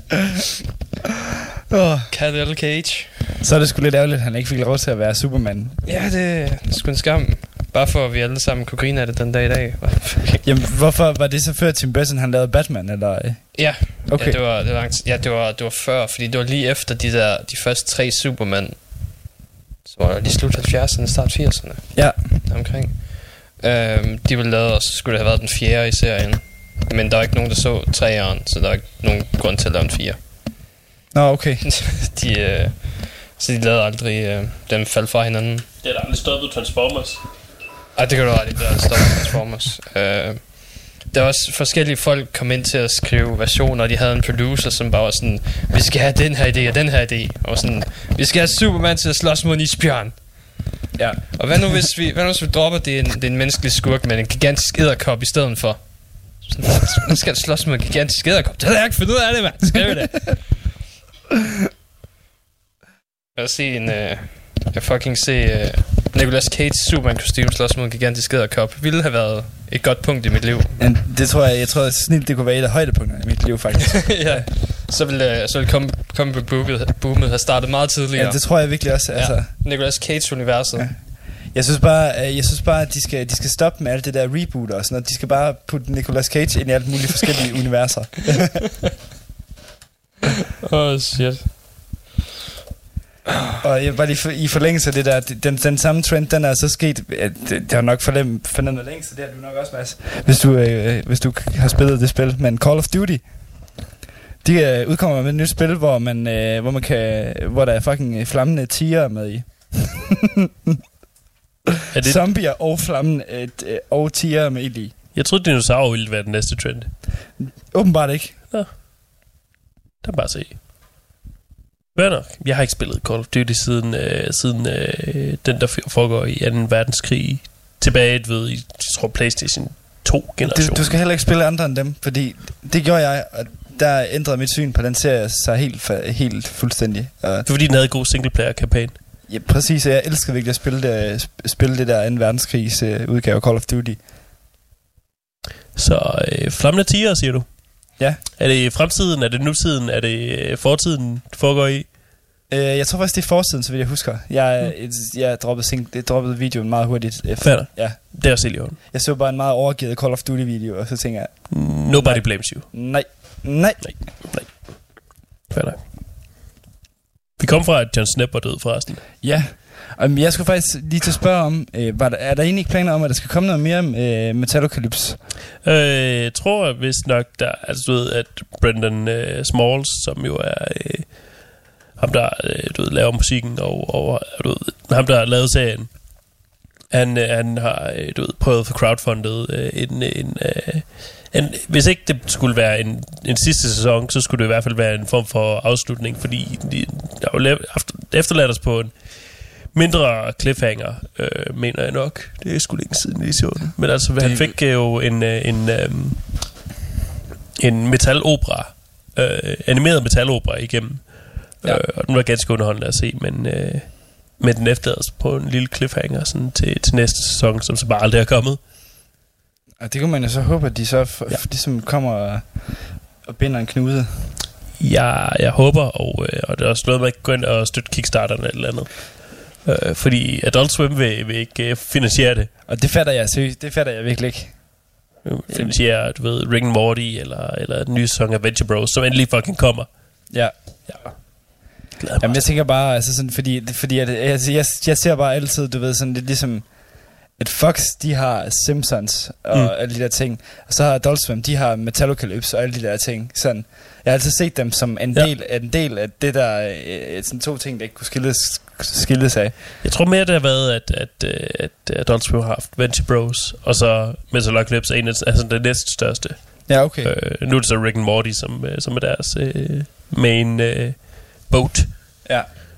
D: Kal-El Cage.
F: Så er det sgu lidt ærgerligt, at han ikke fik lov til at være Superman.
D: Ja, det er sgu en skam. Bare for at vi alle sammen kunne grine af det den dag i dag.
F: Jamen, hvorfor var det så før Tim Burton han lavede Batman, eller?
D: Ja,
F: okay.
D: Det var før, fordi det var lige efter de første 3 Superman. Så var det lige slut 70'erne, start 80'erne.
F: Ja.
D: Omkring. De ville lave, og så skulle det have været den 4. i serien. Men der var ikke nogen, der så 3'eren, så der var ikke nogen grund til at lave en 4.
F: Nå, okay.
D: Så de lavede aldrig dem falde fra hinanden.
E: Det er da aldrig stoppet Transformers.
D: Ej, det kan du ret i, det er stoppet Transformers. Der var også forskellige folk kom ind til at skrive versioner, og de havde en producer, som bare var sådan, vi skal have den her idé og den her idé. Og sådan, vi skal have Superman til at slås mod en isbjørn. Ja. Og hvad nu hvis vi dropper det er en menneskelig skurk med en gigantisk edderkop i stedet for? Nu skal slås mod en gigantisk edderkop. Det havde jeg ikke fundet ud af det, mand. Skriv det. Jeg se Nicolas Cage Superman kostume slås mod en gigantisk edderkop ville have været et godt punkt i mit liv.
F: Ja, det tror jeg tror snilt det kunne være et af højdepunkterne i mit liv faktisk.
D: Ja. Så vil comic boomet have startet meget tidligere.
F: Ja, det tror jeg virkelig også. Altså.
D: Ja. Nicolas Cage universet. Ja.
F: Jeg synes bare at de skal stoppe med alt det der reboot og sådan noget. De skal bare putte Nicolas Cage ind i alt mulige forskellige universer.
D: Shit.
F: Og jeg bare lige i forlængelse af det der, den samme trend, den er så sket. Det har nok fornemmet længe, så det har du nok også, Mads. Hvis du har spillet det spil, men Call of Duty, de udkommer med et nyt spil, hvor der er fucking flammende tiger med i. Er det zombier og flammende og tiger med i?
E: Jeg troede dinosaurer ville være den næste trend.
F: Åbenbart ikke.
E: Nå. Der bare se. Hvad nok? Jeg har ikke spillet Call of Duty siden den, der foregår i 2. verdenskrig. Tilbage ved, jeg tror, PlayStation 2-generationen.
F: Du skal heller ikke spille andre end dem, fordi det gjorde jeg, og der ændrede mit syn på den serie sig helt fuldstændig.
E: Det var fordi, den havde god singleplayer-kampagne.
F: Ja, præcis. Jeg elsker virkelig at spille det der 2. verdenskrigs udgave af Call of Duty.
E: Så flammende tiger, siger du?
F: Ja.
E: Er det fremtiden? Er det nutiden? Er det fortiden, det foregår i?
F: Jeg tror faktisk, det er forsiden, så vidt jeg husker. Jeg droppede videoen meget hurtigt efter.
E: Færdig.
F: Ja.
E: Det er også i orden.
F: Jeg så bare en meget overgivet Call of Duty video, og så tænker jeg...
E: Nobody blames you.
F: Nej.
E: Færdig. Vi kom fra, at John Snepp var død forresten.
F: Ja. Jeg skulle faktisk lige til at spørge om, er der egentlig ikke planer om, at der skal komme noget mere Metalocalypse?
E: Jeg tror vist nok, du ved, at Brendan Smalls, som jo er ham, der laver musikken, og ham, der har lavet serien, han har prøvet for crowdfundet hvis ikke det skulle være en sidste sæson, så skulle det i hvert fald være en form for afslutning, fordi de har jo efterladt os på en mindre cliffhanger, mener jeg nok. Det er sgu længe siden lige så. Men altså, han fik jo en metalopera, animeret metalopera igennem. Ja. Og den var ganske underholdende at se, men den efterlader os på en lille cliffhanger sådan til næste sæson, som så bare aldrig er kommet.
F: Og det kunne man jo så håbe, at de så ligesom kommer og binder en knude.
E: Jeg håber, og det er også noget, man kan gå ind og støtte Kickstarterne eller andet. Fordi Adult Swim vil ikke finansiere det.
F: Og det fatter jeg seriøst. Det fatter jeg virkelig ikke.
E: Finansiere, du ved, Rick and Morty eller den nye sæson af Venture Bros, som endelig fucking kommer.
F: Ja. Jamen jeg tænker bare, altså sådan, fordi at, jeg ser bare altid, du ved, sådan lidt ligesom at Fox, de har Simpsons og alle de der ting. Og så har Adult Swim, de har Metalocalypse og alle de der ting. Sådan. Jeg har altid set dem som en del af det der, sådan to ting, der ikke kunne skilles af.
E: Jeg tror mere, det har været, at Adult Swim har haft Venture Bros, og så Metalocalypse er en af altså det næst største.
F: Ja, okay.
E: Nu er det så Rick and Morty, som er deres main boat.
F: Ja.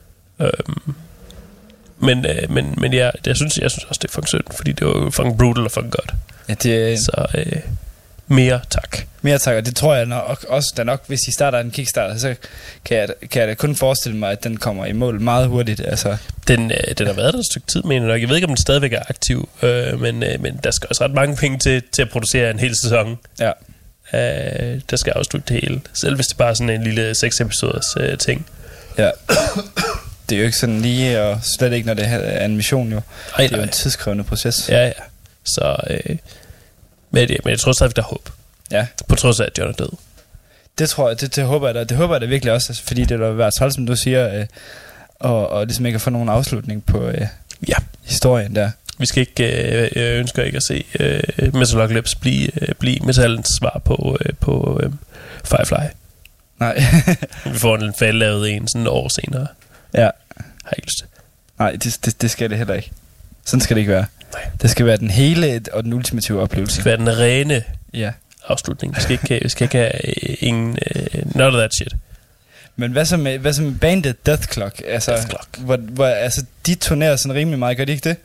E: Men ja, jeg synes også, det er fucking synd, fordi det var jo fucking brutal og fucking godt.
F: Ja, det...
E: Så mere tak.
F: Mere tak, og det tror jeg nok, også, der nok, hvis I starter en Kickstarter, så kan jeg da kun forestille mig, at den kommer i mål meget hurtigt. Altså.
E: Den har været der et stykke tid, mener jeg nok. Jeg ved ikke, om den stadigvæk er aktiv, men der skal også ret mange penge til at producere en hel sæson.
F: Ja.
E: Der skal afslutte det hele. Selv hvis det bare er sådan en lille 6 episoders ting.
F: Ja. Det er jo ikke sådan lige, og slet ikke, når det er animation jo. Det er jo en tidskrævende proces.
E: Ja. Så, men jeg tror stadigvæk, der er håb.
F: Ja.
E: På trods af, at John er død.
F: Det tror jeg, det håber jeg da. Det håber jeg da virkelig også, altså, fordi det vil være træls, som du siger, og ligesom ikke at få nogen afslutning på historien der.
E: Vi skal ikke ønsker ikke at se Metalocalypse blive metallens svar på Firefly.
F: Nej.
E: Vi får en faldlavet en sådan år senere.
F: Ja.
E: Har ikke lyst til.
F: Nej, det skal det heller ikke. Sådan skal det ikke være. Nej. Det skal være den hele og den ultimative oplevelse.
E: Det skal være den rene
F: afslutning.
E: Vi skal ikke have ingen none of that shit.
F: Men hvad så med bandet Death Clock? Altså,
E: Death Clock.
F: Hvor altså, de turnerer sådan rimelig meget, gør de ikke det?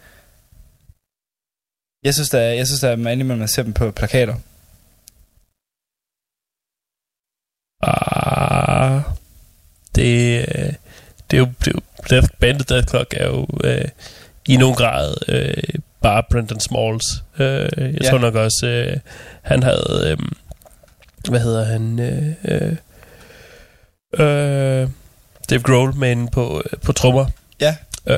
F: Jeg synes der er man ser dem på plakater.
E: Det er jo bandet Death Clock er jo i nogen grad bare Brendan Smalls. Jeg tror nok også han havde hvad hedder han Dave Grohl med inde på trommer.
F: Ja.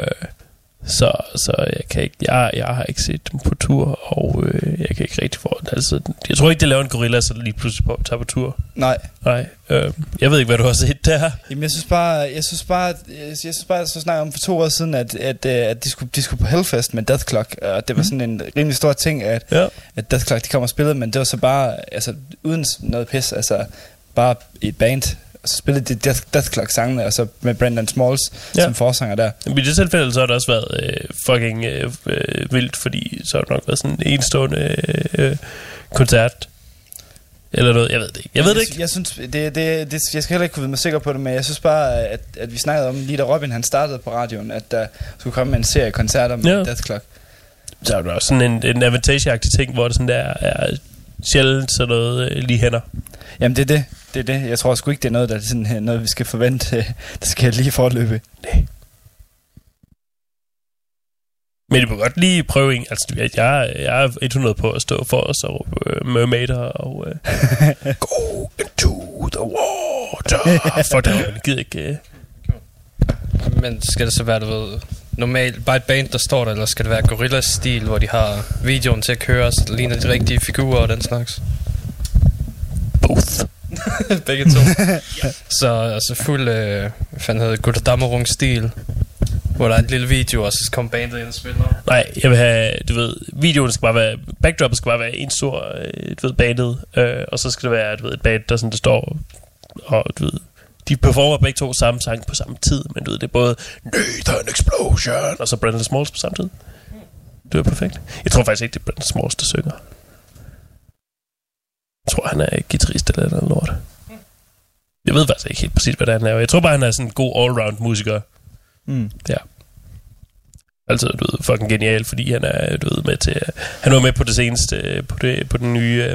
E: Så jeg kan ikke jeg har ikke set dem på tur, og jeg kan ikke rigtig få det. Altså, jeg tror ikke det laver en gorilla så lige pludselig tager på tur.
F: Nej.
E: Jeg ved ikke hvad du har set der.
F: Jamen jeg synes bare så snakkede om for 2 år siden at de skulle på Hellfest med Death Clock, og det var sådan en rimelig stor ting at Death Clock de kom og spillede, men det var så bare altså uden noget pis, altså bare et band. Og så spillede de Death Clock sangene, og så med Brendan Smalls som forsanger der.
E: Men i det tilfælde så har det også været fucking vildt, fordi så har det nok været sådan en enestående koncert eller noget. Jeg ved det ikke.
F: Jeg synes jeg skal heller ikke kunne vide mig sikker på det, men jeg synes bare at vi snakkede om lige da Robin han startede på radioen, at der skulle komme en serie koncerter med Death Clock.
E: Så er der også sådan en Avantage-agtig ting, hvor det sådan der er sjældent sådan noget lige hænder.
F: Jamen det er det. Jeg tror sgu ikke, det er noget, der er sådan noget, vi skal forvente. Det skal lige forløbe.
E: Nej. Men det må godt lige prøve en. Altså, jeg er 100 på at stå for os og Mermaider og go into the water. For det jeg gider ikke.
D: Men skal det så være, du ved, normalt bare et band, der står der, eller skal det være Gorillaz-stil, hvor de har videoen til at køre, så det ligner de rigtige figurer og den slags?
E: Both.
D: Begge to. Så altså fuld, hvad fanden hedder det, Gotterdammerung-stil, hvor der er en lille video, og så kommer bandet ind og spiller.
E: Nej, jeg vil have, du ved, videoen skal bare være, backdropet skal bare være en stor, du ved, bandet, og så skal det være, du ved, et band, der sådan, der står, og du ved, de performer begge to samme sang på samme tid, men du ved, det er både Nathan Explosion, og så Brendan Smalls på samme tid. Det er perfekt. Jeg tror faktisk ikke, det er Brendan Smalls, der synger. Jeg tror, han er guitarist eller noget lort. Jeg ved faktisk ikke helt præcis, hvad det er, han laver. Jeg tror bare, han er sådan en god all-round musiker. Ja. Altså, du ved, fucking genial, fordi han er, du ved, med til... Han var med på det seneste, på den nye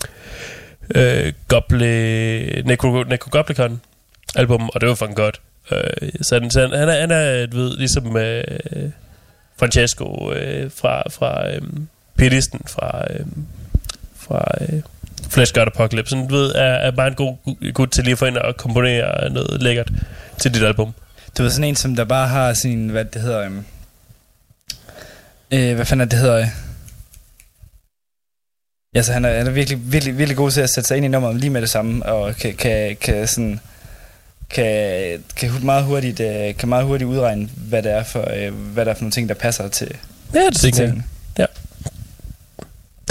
E: Necrogoblicon album, og det var fucking godt. Så han er, du ved, ligesom Francesco fra pianisten fra Flash God Apocalypse, du ved, er bare en god gut til lige at få ind og komponere noget lækkert til dit album.
F: Du ved, sådan en, som der bare har sin, hvad det hedder, hvad fanden det hedder, ja, så han er virkelig, virkelig, virkelig god til at sætte sig ind i nummeret lige med det samme, og kan sådan, kan meget hurtigt udregne, hvad det er for nogle ting, der passer til.
E: Ja, det er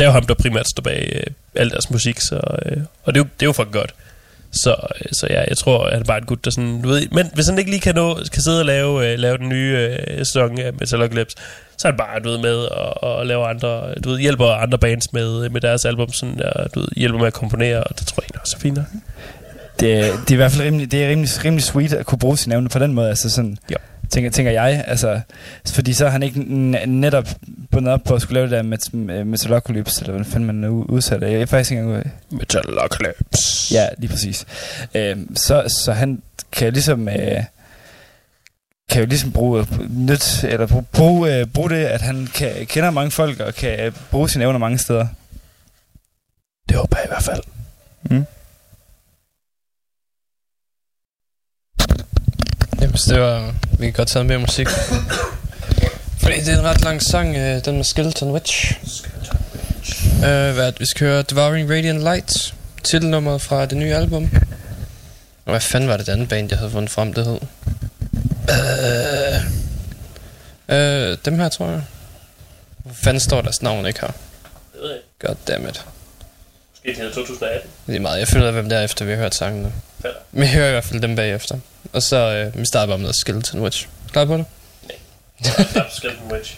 E: det er jo ham, der primært står bag al deres musik, så, og det er jo fucking godt. Så ja, jeg tror, at han er bare en gut, der sådan, du ved, men hvis han ikke lige kan sidde og lave den nye sæson af Metalocalypse, så er han bare, du ved, med og laver andre, du ved, hjælper andre bands med deres album, sådan der, du ved, hjælper med at komponere, og det tror jeg også er fint.
F: Det er i hvert fald rimelig sweet at kunne bruge sine evner på den måde, altså sådan, ja. Tænker jeg, altså, fordi så har han ikke netop bundet op på at skulle lave det der Metalocalypse, eller hvad fanden man er udsat af. Jeg er faktisk ikke engang
E: Metalocalypse.
F: Ja, lige præcis. Så han kan jo ligesom bruge det, at han kender mange folk og kan bruge sine evner mange steder.
E: Det håber jeg i hvert fald.
D: Jamen, det var... Vi kan godt tage mere musik. Fordi det er en ret lang sang, den med Skeleton Witch. Vi skal høre Devouring Radiant Light, titelnummeret fra det nye album. Og hvad fanden var det andet band, jeg havde fundet frem, det hed? Dem her, tror jeg. Hvor fanden står deres navn ikke her?
E: Det ved jeg.
D: Goddammit.
E: Måske det hedder 2018.
D: Det er meget. Jeg finder ud af, hvem det er, efter vi har hørt sangene. Men vi hører i hvert fald dem bagefter. Og så vi starter bare med Skeleton Witch. Klar på det?
E: Nej. Stop Skeleton Witch.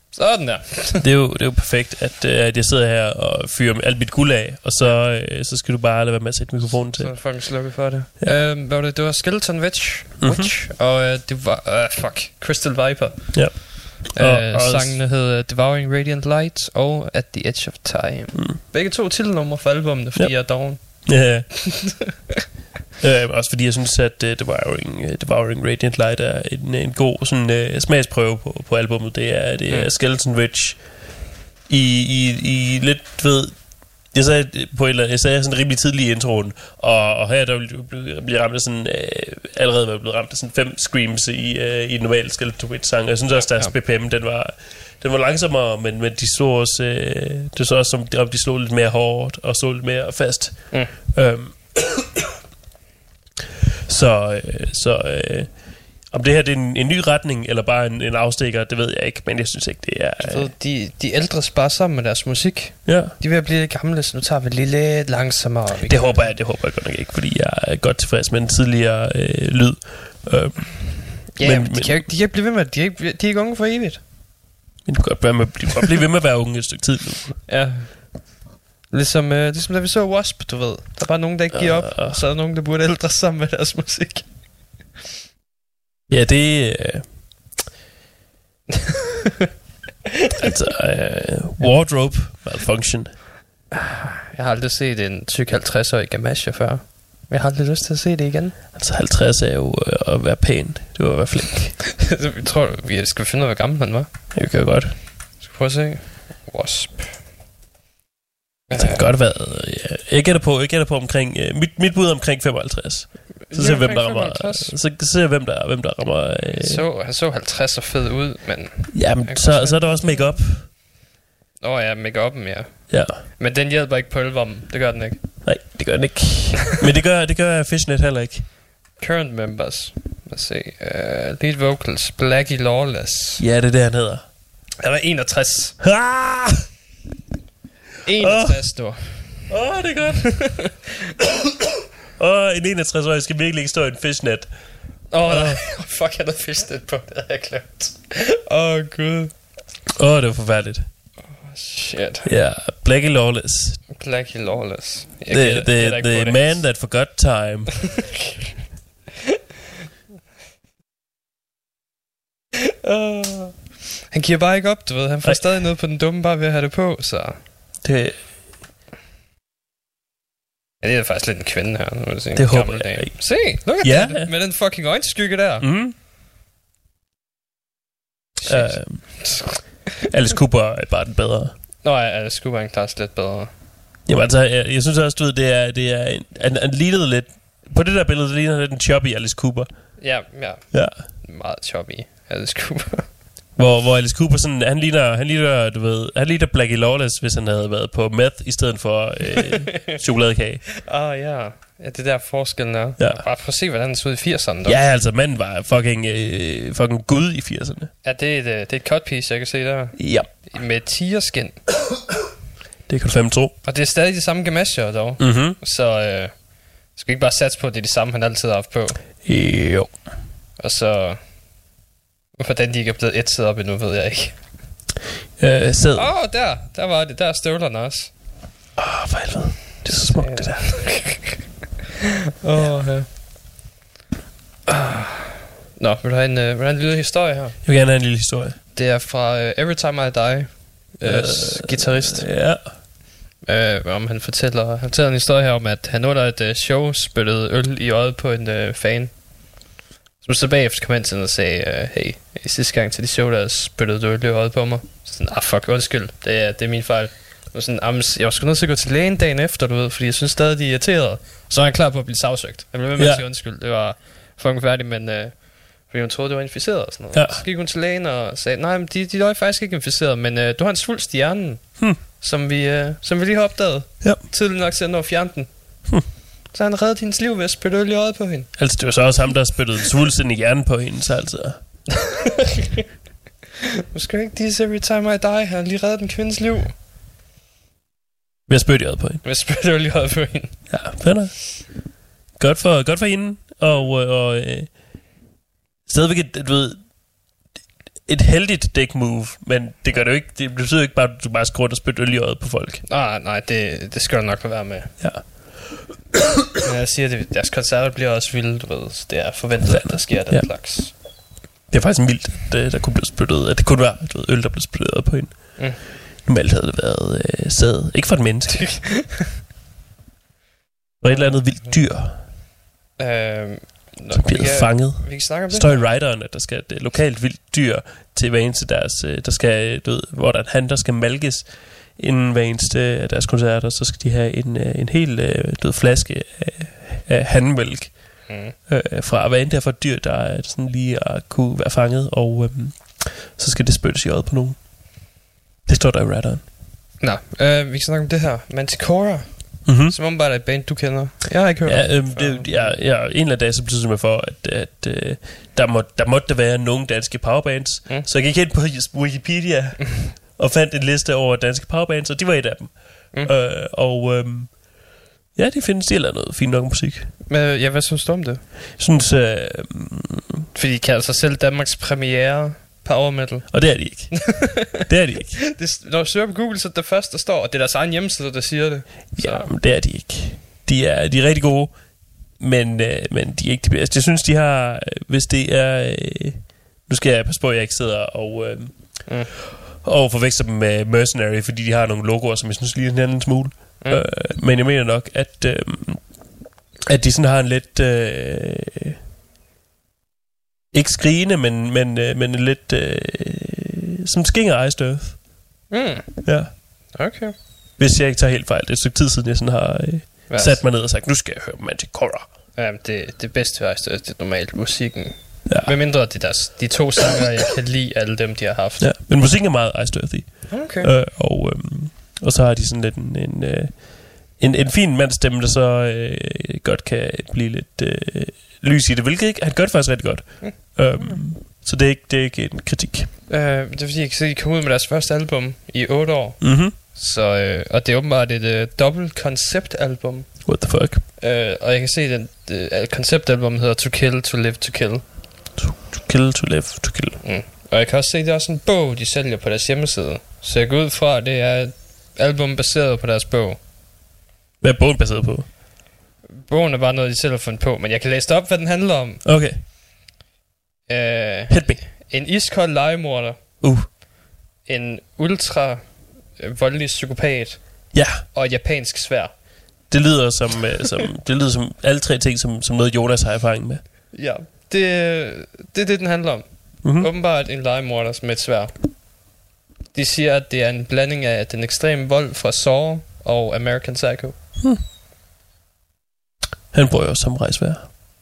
D: Sådan der.
E: Det er jo perfekt, at jeg sidder her og fyrer alt mit guld af, og så skal du bare lade være med at sætte mikrofonen til.
D: Så er fucking slukket for det. Ja. Hvad var det? Det var Skeleton Witch, og det var Crystal Viper.
E: Ja.
D: Sangene hed Devouring Radiant Light og At the Edge of Time. Begge to titelnumre for albummet, fordi jeg er doven.
E: Ja. Også fordi jeg synes, at Devouring Radiant Light er en god sådan, smagsprøve på albummet. Det er Skeleton Witch i lidt, ved... Jeg sagde sådan rimelig tidlig i introen, og her der bliver ramt af sådan, allerede var blevet ramt af sådan 5 screams i en normal Skeleton Witch sang. Jeg synes også, deres BPM, den var langsommere, men de slog også, det så også som om de slog lidt mere hårdt og slog lidt mere fast. Så om det her det er en ny retning eller bare en afstikker, det ved jeg ikke, men jeg synes ikke det er.
D: De ældres bare sammen med deres musik.
E: Ja.
D: De er ved at blive lidt gamle, så nu tager vi lige lidt langsommere.
E: Det håber jeg godt nok ikke, fordi jeg er godt tilfreds med den tidligere lyd.
D: Men de kan ikke blive ved med, de er ikke unge for evigt.
E: Men du kan godt blive ved med at være unge et stykke tid nu.
D: Ja. Ligesom da vi så Wasp, du ved. Der er bare nogen, der ikke giver op, og så er der nogen, der burde ældre sammen med deres musik.
E: Ja, det altså wardrobe malfunction.
D: Jeg har aldrig set en tyk 50-årig gamasje før. Jeg har aldrig lyst til at se det igen.
E: Altså 50 er jo at være pæn. Det var at være flink.
D: Jeg tror, vi skal finde ud af, hvor gammel han var.
E: Ja, vi kan godt.
D: Skal prøve at se. Wasp.
E: Det kan godt være. Ja. Jeg gætter på omkring mit bud omkring 55. Så ser vi hvem der rammer. Så ser hvem der rammer.
D: Han så 50 og fed ud, men
E: jamen så er der også make-up.
D: Ja, make-up'en, ja.
E: Ja. Men
D: den hjælper ikke på albummet. Det gør den ikke.
E: Nej, det gør den ikke. Men det gør Fishnet heller ikke.
D: Current members. Lad os se. Lead vocals Blackie Lawless.
E: Ja, det er det han hedder.
D: Han er 61. 61 du.
E: Det er godt. En 61-årig skal virkelig ikke stå i en Fishnet.
D: Fuck, han havde Fishnet på. Det havde jeg glemt. Gud.
E: Det var forfærdeligt.
D: Shit.
E: Ja, Blackie Lawless.
D: Blackie Lawless.
E: The man that forgot time.
D: Han giver bare ikke op, du ved. Han får stadig noget på den dumme, bare ved at have det på, så...
E: Det...
D: Ja, det er faktisk lidt en kvinde her. Nu det,
E: det håber jeg ikke.
D: Se, look at det, med den fucking øjenskygge der.
E: Alice Cooper er bare den bedre.
D: Alice Cooper er en klasse lidt bedre.
E: Jamen altså, jeg synes også, du ved, det er han lignede lidt... På det der billede, det ligner lidt en choppy Alice Cooper.
D: Ja. Meget choppy Alice Cooper.
E: Hvor Alice Cooper sådan, han ligner, du ved, han ligner Blackie Lawless, hvis han havde været på meth i stedet for chokoladekage.
D: Ja. Ja, det der forskellen er.
E: Ja.
D: Bare prøv at se, hvordan han så ud i 80'erne.
E: Ja, altså, manden var fucking gud i 80'erne.
D: Ja, det er et cut piece, jeg kan se der.
E: Ja.
D: Med tigerskin.
E: Det kan du fandme tro.
D: Og det er stadig de samme gamasjer dog. Så skal vi ikke bare satse på, at det er de samme, han altid har haft på?
E: Jo.
D: Og så... Hvordan de ikke er blevet ætset op endnu, ved jeg ikke.
E: Sæd.
D: Der var det. Der er støvlerne også.
E: For helvede. Det er så smukt, det der.
D: Nå, vil du have en lille historie her?
E: Jeg vil gerne have en lille historie.
D: Det er fra Every Time I Die, guitarist.
E: Ja.
D: Om han fortæller en historie her om, at han under et show spyttede øl i øjet på en fan. Som så bagefter kom han til og sagde, hey, i sidste gang til de show, der spyttede du øl i øjet på mig. Sådan, fuck, undskyld, det er min fejl. Og sådan, jeg var sgu nødt til at gå til lægen dagen efter, du ved, fordi jeg synes stadig, de er irriterede. Så er han klar på at blive sagsøgt. Jeg blev ved med at sige undskyld, det var fucking færdigt, men fordi hun troede, det var inficeret og sådan noget. Så gik hun til lægen og sagde, nej, men de er faktisk ikke inficeret, men du har en svulst i hjernen, som vi lige har opdaget. Ja. Tidligt nok til at nå at fjerne den. Så han reddede hendes liv ved at spytte øl i øjet på hende.
E: Altså, det var så også ham, der spyttede svulst ind i hjernen på hende, så altså...
D: Nu skal ikke disse Every Time I Die, han lige reddet en kvindes liv.
E: Ved at spytte i øjet på hende.
D: Ved at spytte øl i øjet på hende.
E: Ja, fænder. Godt for hende. Og stadigvæk, du ved... et heldigt dick move, men det gør det jo ikke. Det betyder ikke bare, at du bare skal rundt og spytte øl i øjet på folk.
D: Nej, det skal du nok være med.
E: Ja.
D: Men jeg siger, at deres koncerter bliver også vilde, du ved. Så det er forventet, at der sker den slags.
E: Det er faktisk vildt, at der kunne blive spyttet, at det kunne være øl, der blev spyttet på hende. Normalt havde det været sæd. Ikke for et menneske. Og et eller andet vildt dyr. Som bliver fanget.
D: Vi kan snakke om det.
E: Står i writeren, at der skal et lokalt vildt dyr til hver eneste deres, der skal, hvor der er en han, der skal malkes inden hver eneste af deres koncerter, så skal de have en hel flaske af handmælk fra hver eneste for et dyr, der er sådan lige at kunne være fanget, og så skal det spyttes i øjet på nogen. Det står der i writeren.
D: Nå, vi kan snakke om det her. Manticora. Som om bare er et band, du kender. Jeg har ikke hørt
E: om det. En af dage så besluttede mig for, at der måtte være nogle danske powerbands. Så jeg gik ind på Wikipedia og fandt en liste over danske powerbands, og de var et af dem. Ja, de findes del af noget fint nok musik.
D: Men hvad synes du om det?
E: Jeg synes...
D: Fordi de kalder sig selv Danmarks premiere power metal.
E: Og det er de ikke. Det er de ikke.
D: Når du søger på Google, så er det første, der står, og det er deres egen hjemmeside, der siger det.
E: Så. Ja, men det er de ikke. De er rigtig gode, men de er ikke de bedste. Jeg synes, de har... Hvis det er... Nu skal jeg passe på, at jeg ikke sidder og forveksler dem med Mercenary, fordi de har nogle logoer, som jeg synes lige en anden smule. Men jeg mener nok, at de sådan har en lidt... ikke skrigende, men lidt som Skinger Iced Earth. Ja.
D: Okay.
E: Hvis jeg ikke tager helt fejl. Det er et stykke tid siden, jeg sådan har sat mig ned og sagt, nu skal jeg høre Manticora.
D: Ja, det bedste ved Iced Earth, det er normalt musikken. Ja. Med mindre de to sanger, jeg kan lide alle dem, de har haft.
E: Ja, men musikken er meget Iced Earthy.
D: Okay.
E: Og så har de sådan lidt en fin mandstemme, der så godt kan blive lidt lys i det, hvilket ikke, han gør det faktisk rigtig godt. Så det er ikke en kritik.
D: Det er fordi, jeg kan se, de kom ud med deres første album i 8 år. Så, og det er åbenbart et dobbelt konceptalbum.
E: What the fuck?
D: Og jeg kan se, at konceptalbum hedder To Kill, To Live, To Kill.
E: To Kill, To Live, To Kill.
D: Og jeg kan også se, at det er også en bog, de sælger på deres hjemmeside. Så jeg går ud fra, at det er et album baseret på deres bog.
E: Hvad er bogen baseret på?
D: Bogen er bare noget, de selv har fundet på, men jeg kan læse det op, hvad den handler om.
E: Okay. Hit me.
D: En iskold legemorder. En ultra voldelig psykopat.
E: Ja.
D: Og et japansk sværd.
E: Det lyder som alle tre ting, som noget Jonas har erfaring med.
D: Ja, det er det, den handler om. Åbenbart en legemorder med et sværd. De siger, at det er en blanding af den ekstreme vold fra Saw og American Psycho.
E: Han bruger jo samurajsværd.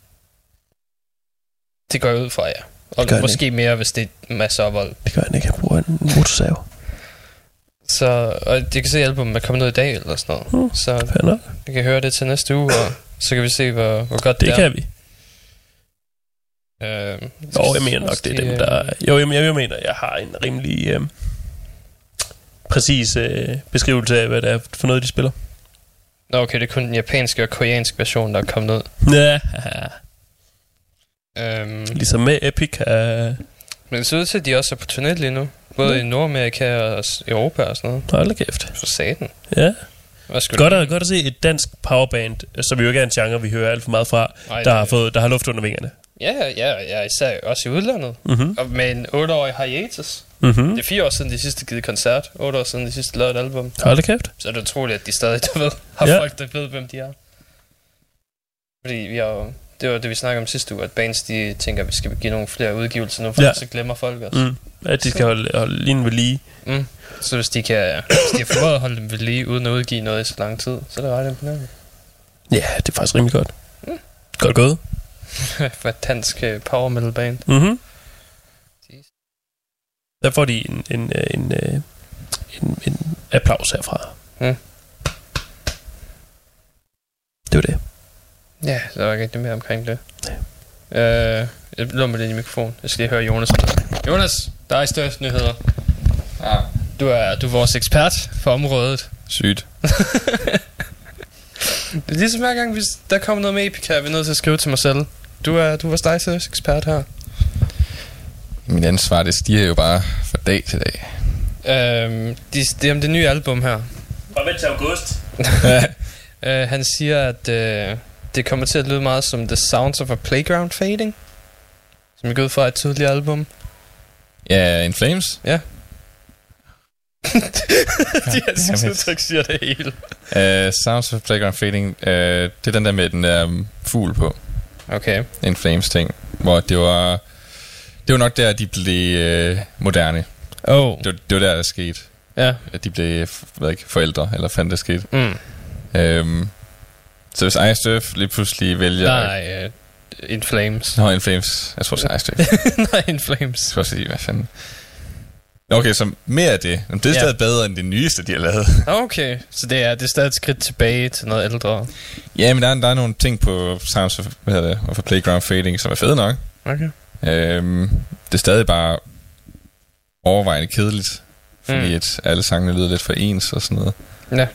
D: Det går jeg ud fra, ja. Og måske mere, hvis det er masser af vold.
E: Det gør han ikke. Han bruger en motorsav.
D: Så, og de kan se, at albumet er kommet ud i dag, eller sådan noget. Så vi kan høre det til næste uge, og så kan vi se, hvor godt det er.
E: Det kan vi. Jeg mener nok, det er dem, der... Jeg mener, jeg har en rimelig præcis beskrivelse af, hvad det er for noget, de spiller.
D: Nå, okay, det er kun den japanske og koreanske version, der er kommet ud.
E: Ja. Ligesom med Epic.
D: Men det ser ud til, at de også er på turné lige nu. Både i Nordamerika og Europa og sådan noget.
E: Hold da kæft.
D: For satan.
E: Ja. Godt at se et dansk powerband, som jo ikke er en genre, vi hører alt for meget fra, der har luft under vingerne.
D: Ja, især også i udlandet. Og med en 8-årig hiatus. Det er 4 år siden de sidste givet koncert. 8 år siden de sidste lavede et album.
E: Hold da kæft.
D: Så er det utroligt, at de stadig har folk, der ved, hvem de er. Fordi det var det, vi snakkede om sidste uge, at bands, de tænker, at vi skal give nogle flere udgivelser nu, for så glemmer folk os.
E: At de skal holde linjen ved lige.
D: Så hvis de har formået at holde dem ved lige, uden at udgive noget i så lang tid, så er det ret imponerende.
E: Ja, det er faktisk rimelig godt. Godt gået.
D: For et dansk power metal band.
E: Der får de en applaus herfra. Det var det.
D: Ja, der var ikke mere omkring det. Jeg lummer det i mikrofonen. Jeg skal lige høre Jonas. Jonas, der er i største nyheder. Du er vores ekspert for området.
B: Sygt.
D: Det er ligesom hver gang, hvis der kommer noget med Epica, vi er nødt til at skrive til mig selv. Du er vores Dice ekspert her.
B: Mit ansvar, det stiger jo bare fra dag til dag.
D: Det er om det nye album her.
E: Bare vent til august.
D: Han siger, at det kommer til at lyde meget som The Sounds of a Playground Fading, som er gået fra et tidligere album.
B: Ja, In Flames.
D: Ja. De ansigtsudtryk siger det hele.
B: Sounds of a Playground Fading, det er den der med den der fugl på.
D: Okay.
B: In Flames ting, hvor det var nok der, de blev moderne. Det var der skete.
D: Ja.
B: At de blev forældre, eller fandt det skete. Så hvis Iced Earth lige pludselig vælger...
D: Nej, In Flames.
B: Nå, In Flames. Jeg tror, det er Iced Earth.
D: Nej, In Flames.
B: Jeg tror sige, hvad fanden. Okay, så mere af det. Men det er stadig bedre end det nyeste, de har lavet.
D: Okay, så det er stadig et skridt tilbage til noget ældre.
B: Ja, men der er nogle ting på Sounds of, of a Playground Fading, som er fede nok.
D: Okay.
B: Det er stadig bare overvejende kedeligt, fordi at alle sangene lyder lidt for ens og sådan noget.
D: Ja.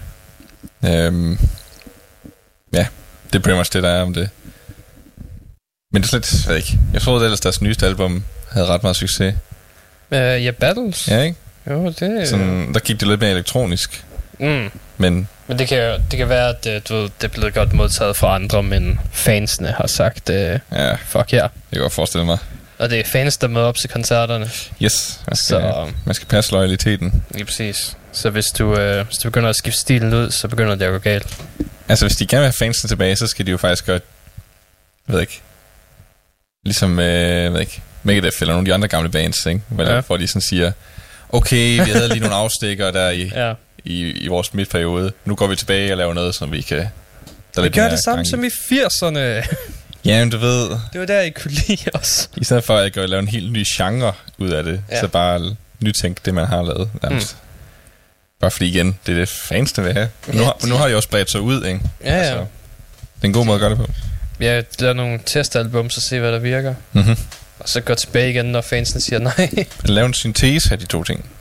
B: Ja, det er pretty much det, der er om det. Men det er slet, jeg ved ikke. Jeg troede ellers, deres nyeste album havde ret meget succes.
D: Ja, Battles.
B: Ja, ikke?
D: Jo, det...
B: Sådan, der gik det lidt mere elektronisk. Men
D: det kan være, at det er blevet godt modtaget for andre, men fansene har sagt, fuck ja. Yeah.
B: Det kan godt forestille mig.
D: Og det er fans, der møder op til koncerterne.
B: Yes, man skal passe loyaliteten.
D: Ja, præcis. Så hvis du begynder at skifte stilen ud, så begynder det at gå galt.
B: Altså, hvis de gerne vil have fansene tilbage, så skal de jo faktisk godt, jeg ved ikke, ligesom, Megadeth eller nogle af de andre gamle bands, ikke? Hvor de sådan siger, okay, vi havde lige nogle afstikker der i vores midtperiode. Nu går vi tilbage og laver noget, som vi kan...
D: Vi gør det samme som i 80'erne.
B: Ja, men du ved...
D: Det var der, I kunne lide os.
B: I stedet for at lave en helt ny genre ud af det, så bare nytænke det, man har lavet. Bare fordi igen, det er det fans, der vil have. Nu har de også bredt sig ud, ikke?
D: Ja, altså,
B: det er en god måde at gøre det på.
D: Ja, lave nogle testalbum, så se, hvad der virker. Og så gå tilbage igen, når fansene siger nej.
B: Lave en syntese af de to ting.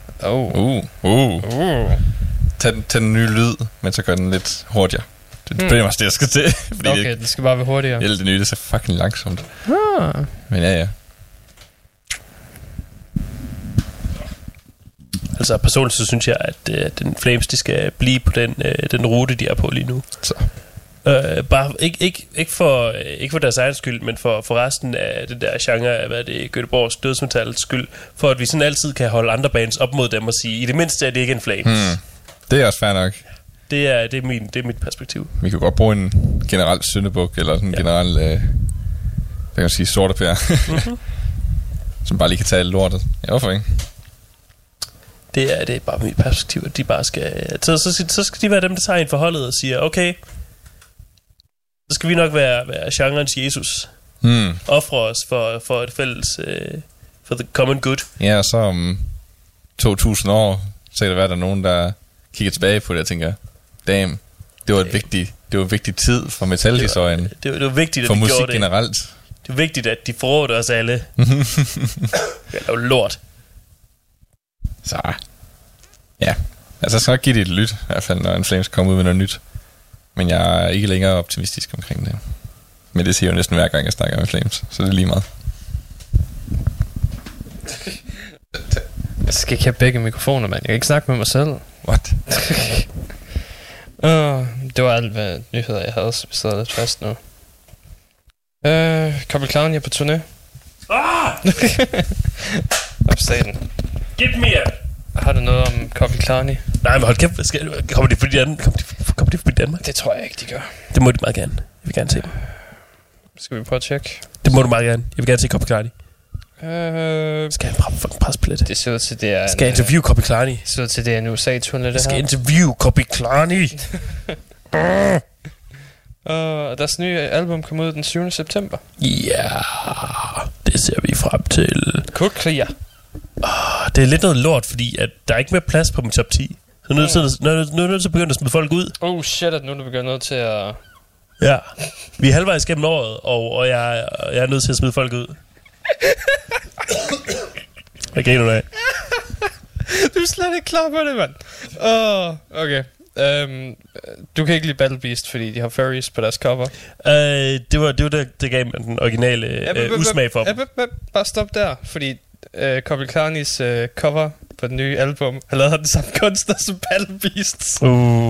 B: Tag den nye lyd, men så gør den lidt hurtigere. Det er også det, jeg skal til.
D: Okay, det skal bare være hurtigere.
B: Det nye, det er så fucking langsomt. Men ja.
E: Altså personligt så synes jeg, at den Flames, de skal blive på den rute, de er på lige nu.
B: Så.
E: Bare ikke for deres egen skyld, men for resten af den der genre af, hvad det er, Göteborgs dødsmetals skyld, for at vi sådan altid kan holde andre bands op mod dem og sige, i det mindste er det ikke en Flames.
B: Det er også fair nok.
E: Det er mit perspektiv.
B: Vi kan godt bruge en generel syndebuk, eller sådan en generel, hvad kan man sige, sortepær, som bare lige kan tage alle lortet. Ja, hvorfor ikke?
E: Det er bare mit perspektiv, at de bare skal... Så skal de være dem, der tager en forholdet og siger, okay, så skal vi nok være genrens Jesus. Ofre os for et fælles... for the common good.
B: Ja, og så om 2000 år, så kan det være, der er nogen, der kigger tilbage på det og tænker, damn, det var en vigtig tid for metalhistorien.
E: Det var vigtigt, at
B: for
E: de
B: musik
E: gjorde det.
B: Generelt.
E: Det var vigtigt, at de forrådte os alle. Det er jo lort.
B: Så, ja. Altså, jeg skal nok give det et lyt, i hvert fald, når en Flames kommer ud med noget nyt. Men jeg er ikke længere optimistisk omkring det. Men det siger jo næsten hver gang, jeg snakker med Flames, så det er lige meget.
D: Jeg skal ikke have begge mikrofoner, mand. Jeg kan ikke snakke med mig selv.
B: What?
D: Det var alt, hvad nyheder jeg havde, så vi sidder lidt fast nu. Koppel Clown, jeg er på turné. Opstaden.
E: Give me a...
D: Har du noget om Koppel Clown?
E: Nej, men hold kæft. Kommer de forbi Danmark?
D: Det tror jeg ikke, de gør.
E: Det må de meget gerne. Jeg vil gerne se dem.
D: Skal vi prøve at tjekke?
E: Det må du meget gerne. Jeg vil gerne se Koppel Clown. Skal jeg pressplætte?
D: Det ser ud til, det er...
E: Skal jeg interview Koppel Clown?
D: Det ser ud til, det er en USA-turné, det her.
E: Skal jeg interview Koppel Clown?
D: Og deres nye album kommer ud den 7. september.
E: Ja, det ser vi frem til.
D: Kukriger.
E: Det er lidt noget lort, fordi at der er ikke mere plads på min top 10. Så nu er nødt til at begynde at smide folk ud.
D: Oh shit, at nu er du begyndt nødt til at...
E: Ja, vi er halvvejs gennem året, og jeg er nødt til at smide folk ud. Hvad griner du af?
D: Du er slet ikke klar på det, mand. Okay. Du kan ikke lide Battle Beast, fordi de har furries på deres cover.
E: Det var det gav mig den originale usmag for dem.
D: Bare stop der, fordi Kobi Klarnis cover på den nye album har lavet den samme kunstner som Battle Beasts.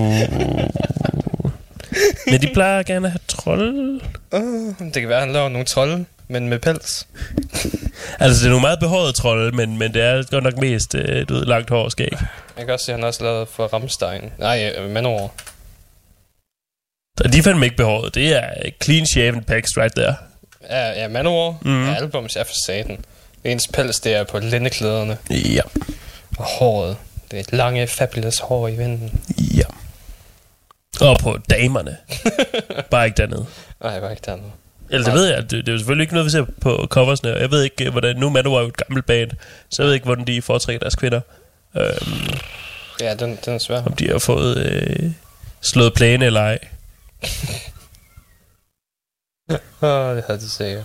E: Men de plejer gerne at have trolde.
D: Det kan være, han laver nogle trolde, men med pels.
E: Altså, det er nogle meget behårede trolde, men det er godt nok mest langt hår og skæg.
D: Jeg kan også se, at han også lavet for Rammstein. Nej, Manowar.
E: Og de er fandme ikke behåret. Det er clean shaven pecs right there.
D: Ja, Manowar. Ja, albums er for satan. Ens pels, det er på lindeklæderne.
E: Ja.
D: Og håret. Det er et lange, fabulous hår i vinden.
E: Ja. Og på damerne. Bare ikke dernede.
D: Nej, bare ikke dernede.
E: Eller det ved jeg. Det er jo selvfølgelig ikke noget, vi ser på coversne. Jeg ved ikke, hvordan... Nu Manowar er jo et gammelt band, så jeg ved ikke, hvordan de foretrækker deres kvinder.
D: Ja, den er svær.
E: Om de har fået slået plæne eller ej.
D: Det havde de sikkert.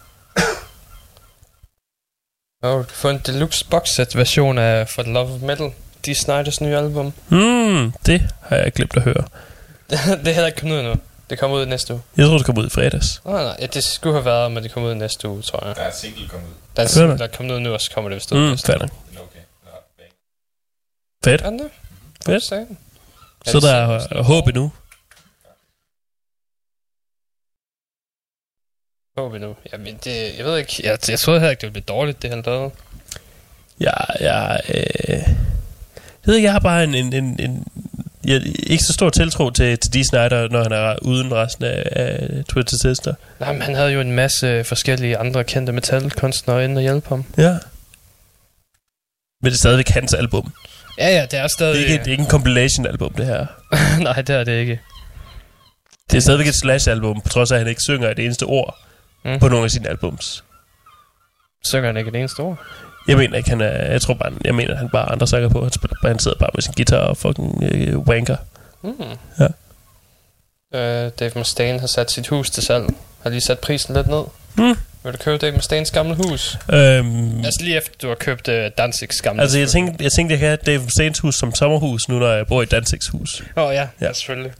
D: Du kan få en deluxe boxset version af For the Love of Metal, Dee Snyders nye album.
E: Det har jeg glemt at høre.
D: Det er heller ikke kommet ud endnu. Det kommer ud næste uge.
E: Jeg tror, det kommer ud i fredags.
D: Nej, ja, det skulle have været, men det kommer ud næste uge, tror jeg.
B: Der er et single kommet ud.
D: Der er en single, der er kommet ud nu, og så kommer det vist ud.
E: Fedt. Fedt. Fedt. Så der er håb endnu.
D: Håb endnu. Jamen, jeg ved ikke. Jeg troede heller ikke, det ville blive dårligt, det han lavede.
E: Jeg ved ikke, jeg har bare jeg ikke så stor tiltro til Dee Snider, når han er uden resten af Twisted Sister.
D: Nej, men han havde jo en masse forskellige andre kendte metalkunstnere inde og hjælpe ham.
E: Ja. Men det er stadigvæk hans album.
D: Ja, det er stadig...
E: Det er ikke en compilation-album, det her.
D: Nej, det er det ikke.
E: Det er stadigvæk et Slash-album, på trods af, at han ikke synger et eneste ord på nogle af sine albums.
D: Synger han ikke et eneste ord?
E: Jeg mener ikke, han er... Jeg mener, han bare andre sanger på. Han sidder bare med sin guitar og fucking wanker. Ja.
D: Dave Mustaine har sat sit hus til salg. Har lige sat prisen lidt ned. Vil du købe Dave Mustaines gamle hus? Altså lige efter du har købt Danzigs gamle hus.
E: Altså jeg tænkte, jeg kan have Dave Mustaines hus som sommerhus, nu når jeg bor i Danzigs hus.
D: Ja, selvfølgelig.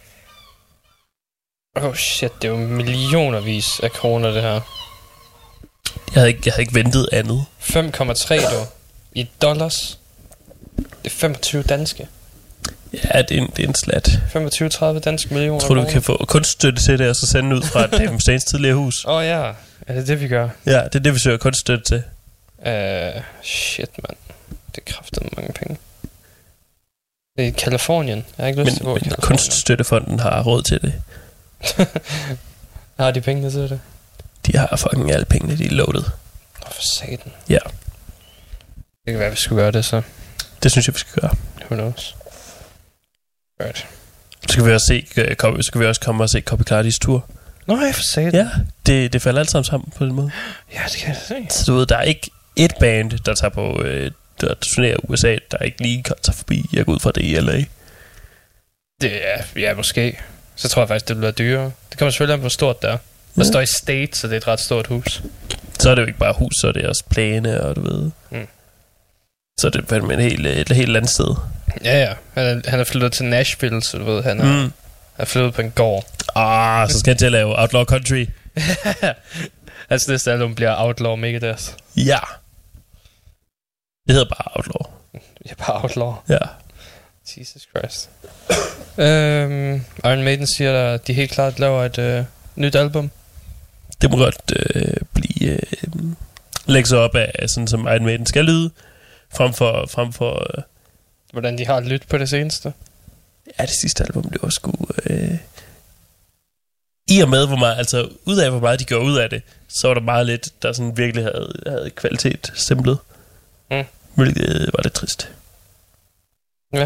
D: Shit, det er jo millionervis af kroner, det her.
E: Jeg havde ikke ventet andet.
D: 5,3 i dollars. Det er 25 danske.
E: Ja, det er en slat.
D: 25-30 danske millioner.
E: Tror du, vi kan få kunststøtte til det, og så sende ud fra Dave Mustaines tidligere hus?
D: Ja. Er det det, vi gør?
E: Ja, det er det, vi søger kunststøtte til.
D: Shit, mand. Det kræfter mange penge. Det er i Kalifornien. Jeg har ikke lyst til at gå i Kalifornien.
E: Kunststøttefonden har råd til det.
D: Har de pengene til det?
E: De har fucking alle pengene, de er loaded.
D: For satan.
E: Ja.
D: Det kan være, vi skulle gøre det så.
E: Det synes jeg, vi skal gøre.
D: Who knows? Right.
E: Så skal vi også komme og se Kobi Klarnis tur.
D: Nej, for satan.
E: Ja, det falder alt sammen på den måde.
D: Ja, det kan jeg se.
E: Så du ved, der er ikke et band, der tager på der turnerer USA, der ikke lige tager forbi. Jeg går ud fra det i LA.
D: Det er, ja, måske. Så tror jeg faktisk, det bliver dyrere. Det kommer selvfølgelig an på, hvor stort det er. Der står i State, så det er et ret stort hus.
E: Så er det jo ikke bare hus, så er det også plæne, og du ved. Så er det fandme et helt andet sted. Ja.
D: Han er flyttet til Nashville, så du ved, han er flyttet på en gård.
E: Så skal han til at lave Outlaw Country.
D: Altså næste album bliver Outlaw Megadeth.
E: Ja. Det hedder bare Outlaw.
D: Ja, bare Outlaw.
E: Ja.
D: Jesus Christ. Iron Maiden siger, at de helt klart laver et nyt album.
E: Det må godt blive lægge sig op af sådan som Iron Maiden skal lyde, frem for
D: hvordan de har lyttet på det seneste.
E: Ja, det sidste album, det var sgu i og med hvor meget, altså ud af hvor meget de gjorde ud af det, så var der meget lidt der sådan virkelig havde kvalitet simplet. Hvilket var lidt trist.
D: Ja.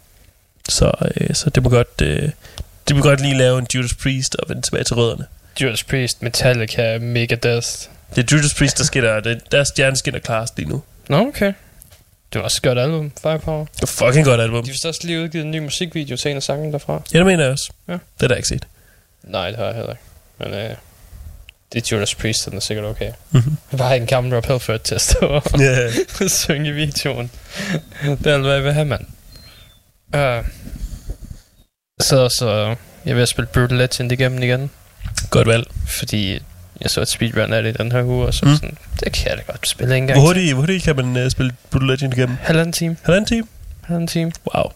E: Så det må godt lige lave en Judas Priest og vende tilbage til rødderne.
D: Judas Priest, Metallica, Megadeth.
E: Det er Judas Priest, der skinner. Deres stjerne skinner klarest lige nu.
D: Nå, okay. Det var også et godt album, Firepower.
E: Det var fucking godt album.
D: De har også lige udgivet en ny musikvideo til en af sangen derfra.
E: Ja, det mener jeg også.
D: Ja.
E: Det har jeg ikke set.
D: Nej, det har jeg heller ikke. Men det er Judas Priest, den er sikkert okay. Bare en gammel Rob Halford til at stå og synge i videoen. Det er alt, hvad jeg vil have, mand. Så jeg vil spille Brutal Legend igennem igen.
E: Godt valg.
D: Fordi jeg så et speedrun af det i den her uge, og så sådan, det kan jeg da godt spille en gang.
E: Hvor hurtigt kan man spille Brutal Legend igennem?
D: Halvanden time. Halvanden time.
E: Wow.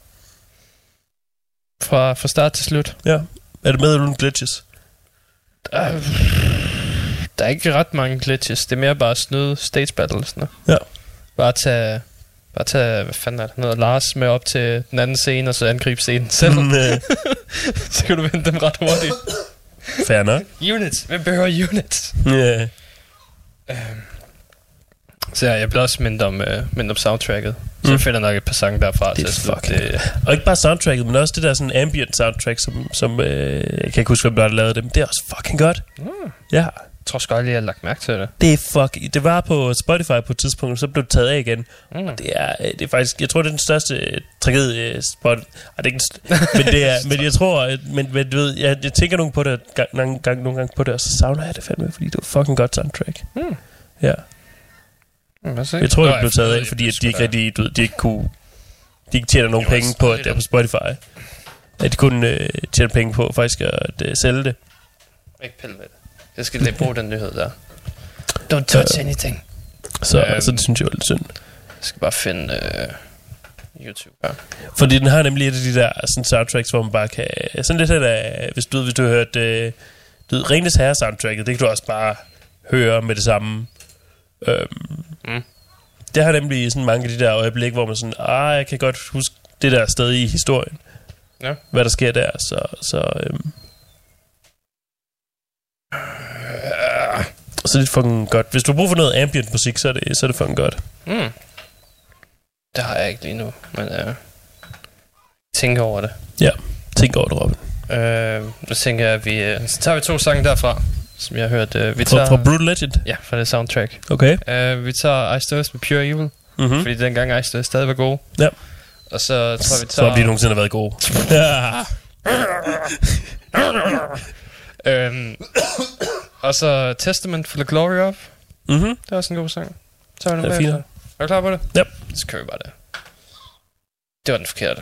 D: Fra start til slut.
E: Ja. Er det med eller uden glitches?
D: Der er ikke ret mange glitches. Det er mere bare at snyde stage battles'ene.
E: Ja.
D: Bare tage, hvad fanden er det, noget Lars med op til den anden scene, og så angribe scenen selv. Så kan du vinde dem ret hurtigt.
E: Fair nok.
D: Units. Hvem behøver units?
E: Ja.
D: Så jeg blev også mindre om soundtracket. Så jeg finder nok et par sange derfra.
E: Det er fucking og ikke bare soundtracket, men også det der sådan ambient soundtrack, som jeg kan ikke huske, hvem der har lavet dem. Det er også fucking godt. Ja.
D: Jeg tror sgu aldrig, jeg har lagt mærke til det.
E: Det var på Spotify på et tidspunkt, så blev det taget af igen. Og det er faktisk, jeg tror, det er den største tragedie men det er, men jeg tror, men du ved, jeg tænker nogle gange på det, og så savner jeg det fandme, fordi det var fucking godt soundtrack. Ja. Jeg tror, det blev taget af, fordi at de ikke rigtig, de ikke kunne, de ikke tjener nogen penge på det på Spotify. At de kunne tjene penge på faktisk at sælge det.
D: Ikke pille med det. Jeg skal lige bruge den nyhed der. Don't touch anything.
E: Så det synes jeg var lidt synd.
D: Jeg skal bare finde YouTube her.
E: Fordi den har nemlig et af de der sådan soundtracks, hvor man bare kan sådan lidt af, hvis du har hørt Ringenes Herre soundtracket, det kan du også bare høre med det samme. Det har nemlig sådan mange af de der øjeblikke, hvor man sådan, jeg kan godt huske det der sted i historien.
D: Ja.
E: Hvad der sker der, så det er fucking godt. Hvis du har brug for noget ambient musik, så er det fucking godt.
D: Det har jeg ikke lige nu, men tænker over det.
E: Ja, tænk over det, Robin.
D: Nu tænker jeg, at så tager vi 2 sange derfra, som jeg har hørt. Vi tager
E: fra Brutal Legend?
D: Ja, fra det soundtrack.
E: Okay.
D: Vi tager Ice Earth med Pure Evil, fordi dengang Ice Earth stadig var god.
E: Ja.
D: Og så tror vi tager...
E: Så har de nogensinde har været gode.
D: Og så Testament for the Glory of. Det er også en god sang. Så er det fint. Er du klar på det?
E: Ja.
D: Så kører vi bare det. Det var den forkerte.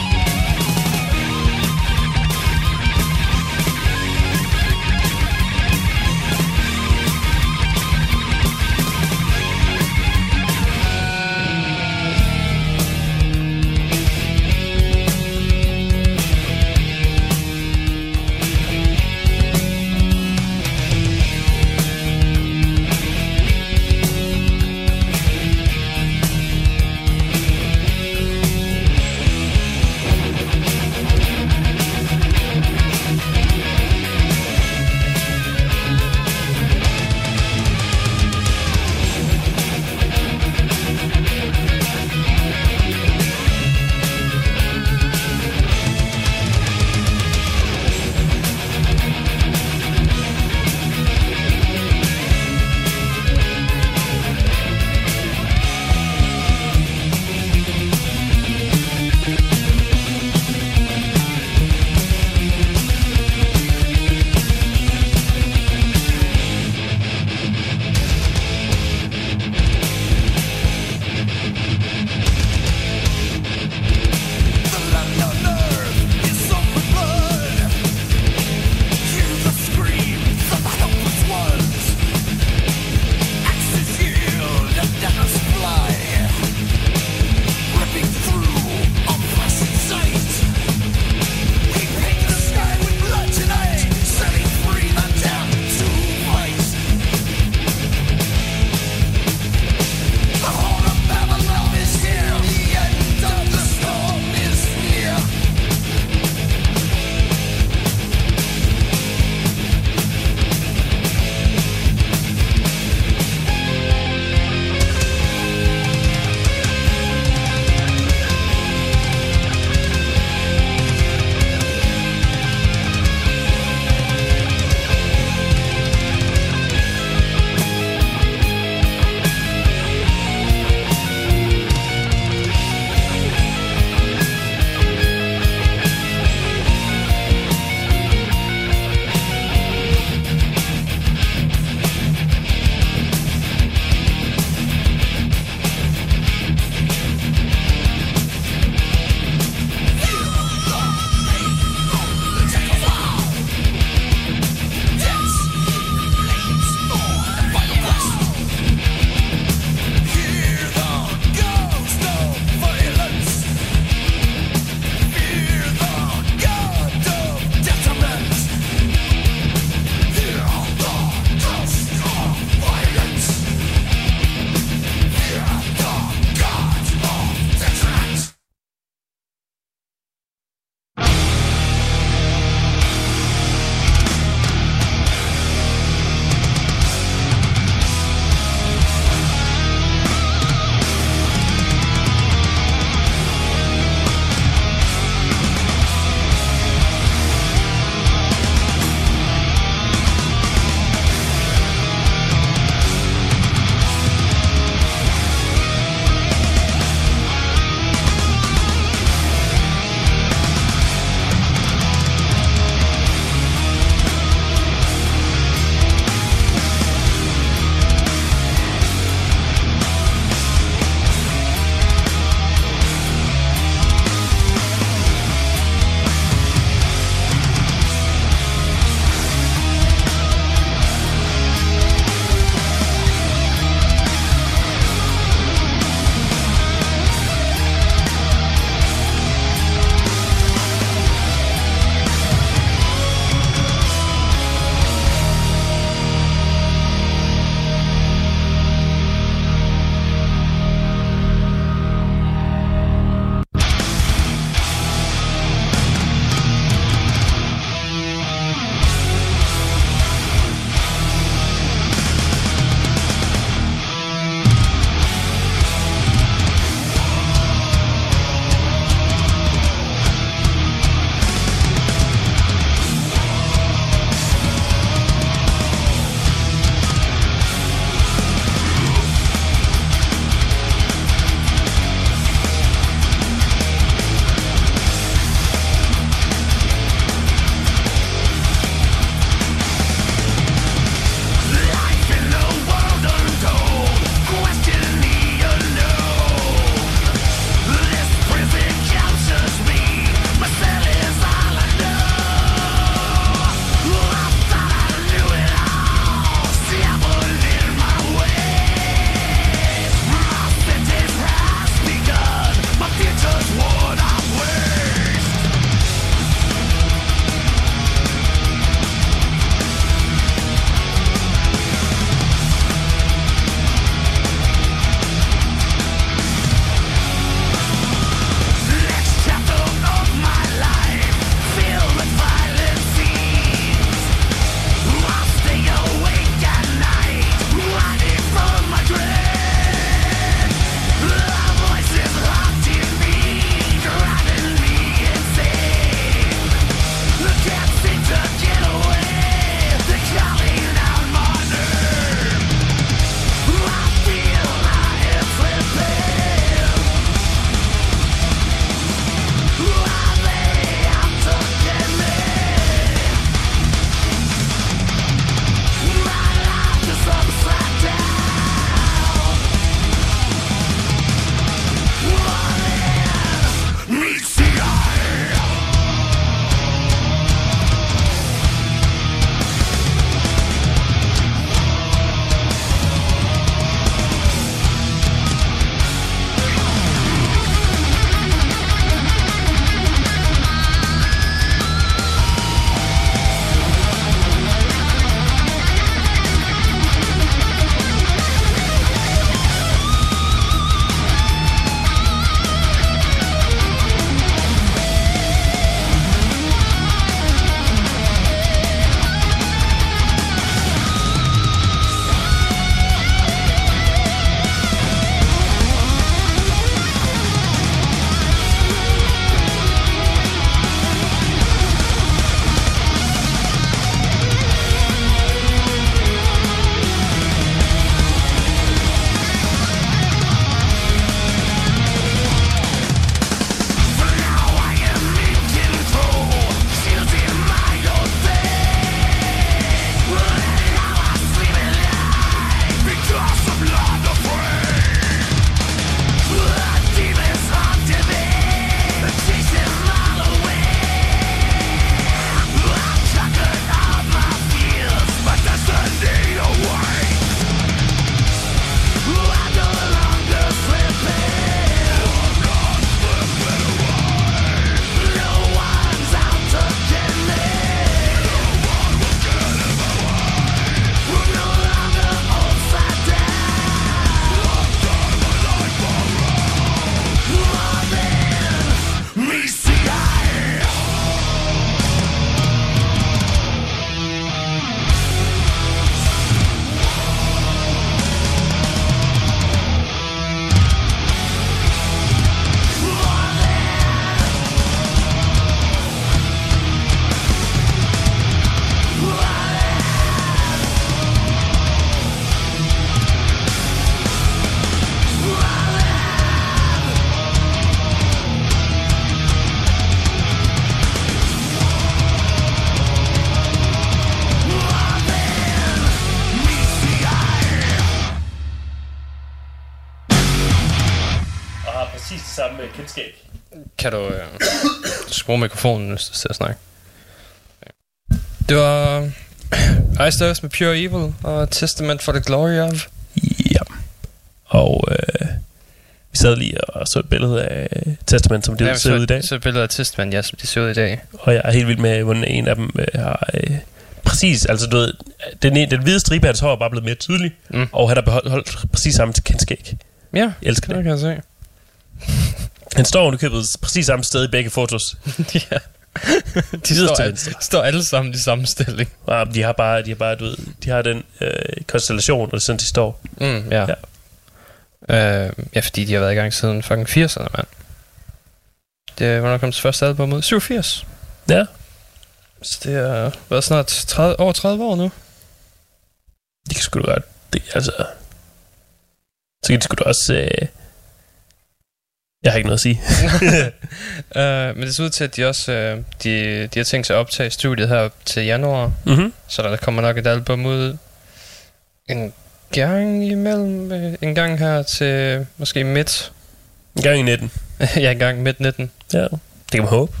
E: skæg.
D: Kan du skrue mikrofonen, hvis du skal snakke? Det var Ice Earth med Pure Evil og Testament for the Glory of.
E: Ja. Og vi sad lige og så et billede af Testament, som det ser ud i dag.
D: Så et billede af Testament, ja, som det ser ud i dag.
E: Og jeg er helt vild med, hvordan en af dem har... præcis, altså du ved, den hvide stribe af hans hår er bare blevet mere tydelig, og han har beholdt præcis samme kendskæg.
D: Ja,
E: jeg elsker det.
D: Kan jeg se.
E: Han står underkøbet præcis samme sted i begge fotos.
D: Ja. De står alle sammen i samme stilling.
E: Ja, de har bare, du ved, de har den konstellation, og sådan de står.
D: Ja. Ja, fordi de har været i gang siden fucking 80'erne, mand. Det var nok kommet til første album ud 87.
E: Ja.
D: Så det har været snart over 30 år nu.
E: Det kan sgu da godt. Det, altså... Så kan det sgu da også... Jeg har ikke noget at sige.
D: Men det ser ud til, at de også de har tænkt sig at optage studiet her til januar. Så der kommer nok et album ud en gang imellem. En gang her til måske midt.
E: En gang i 19.
D: Ja, en gang midt 19.
E: Ja, det kan man håbe.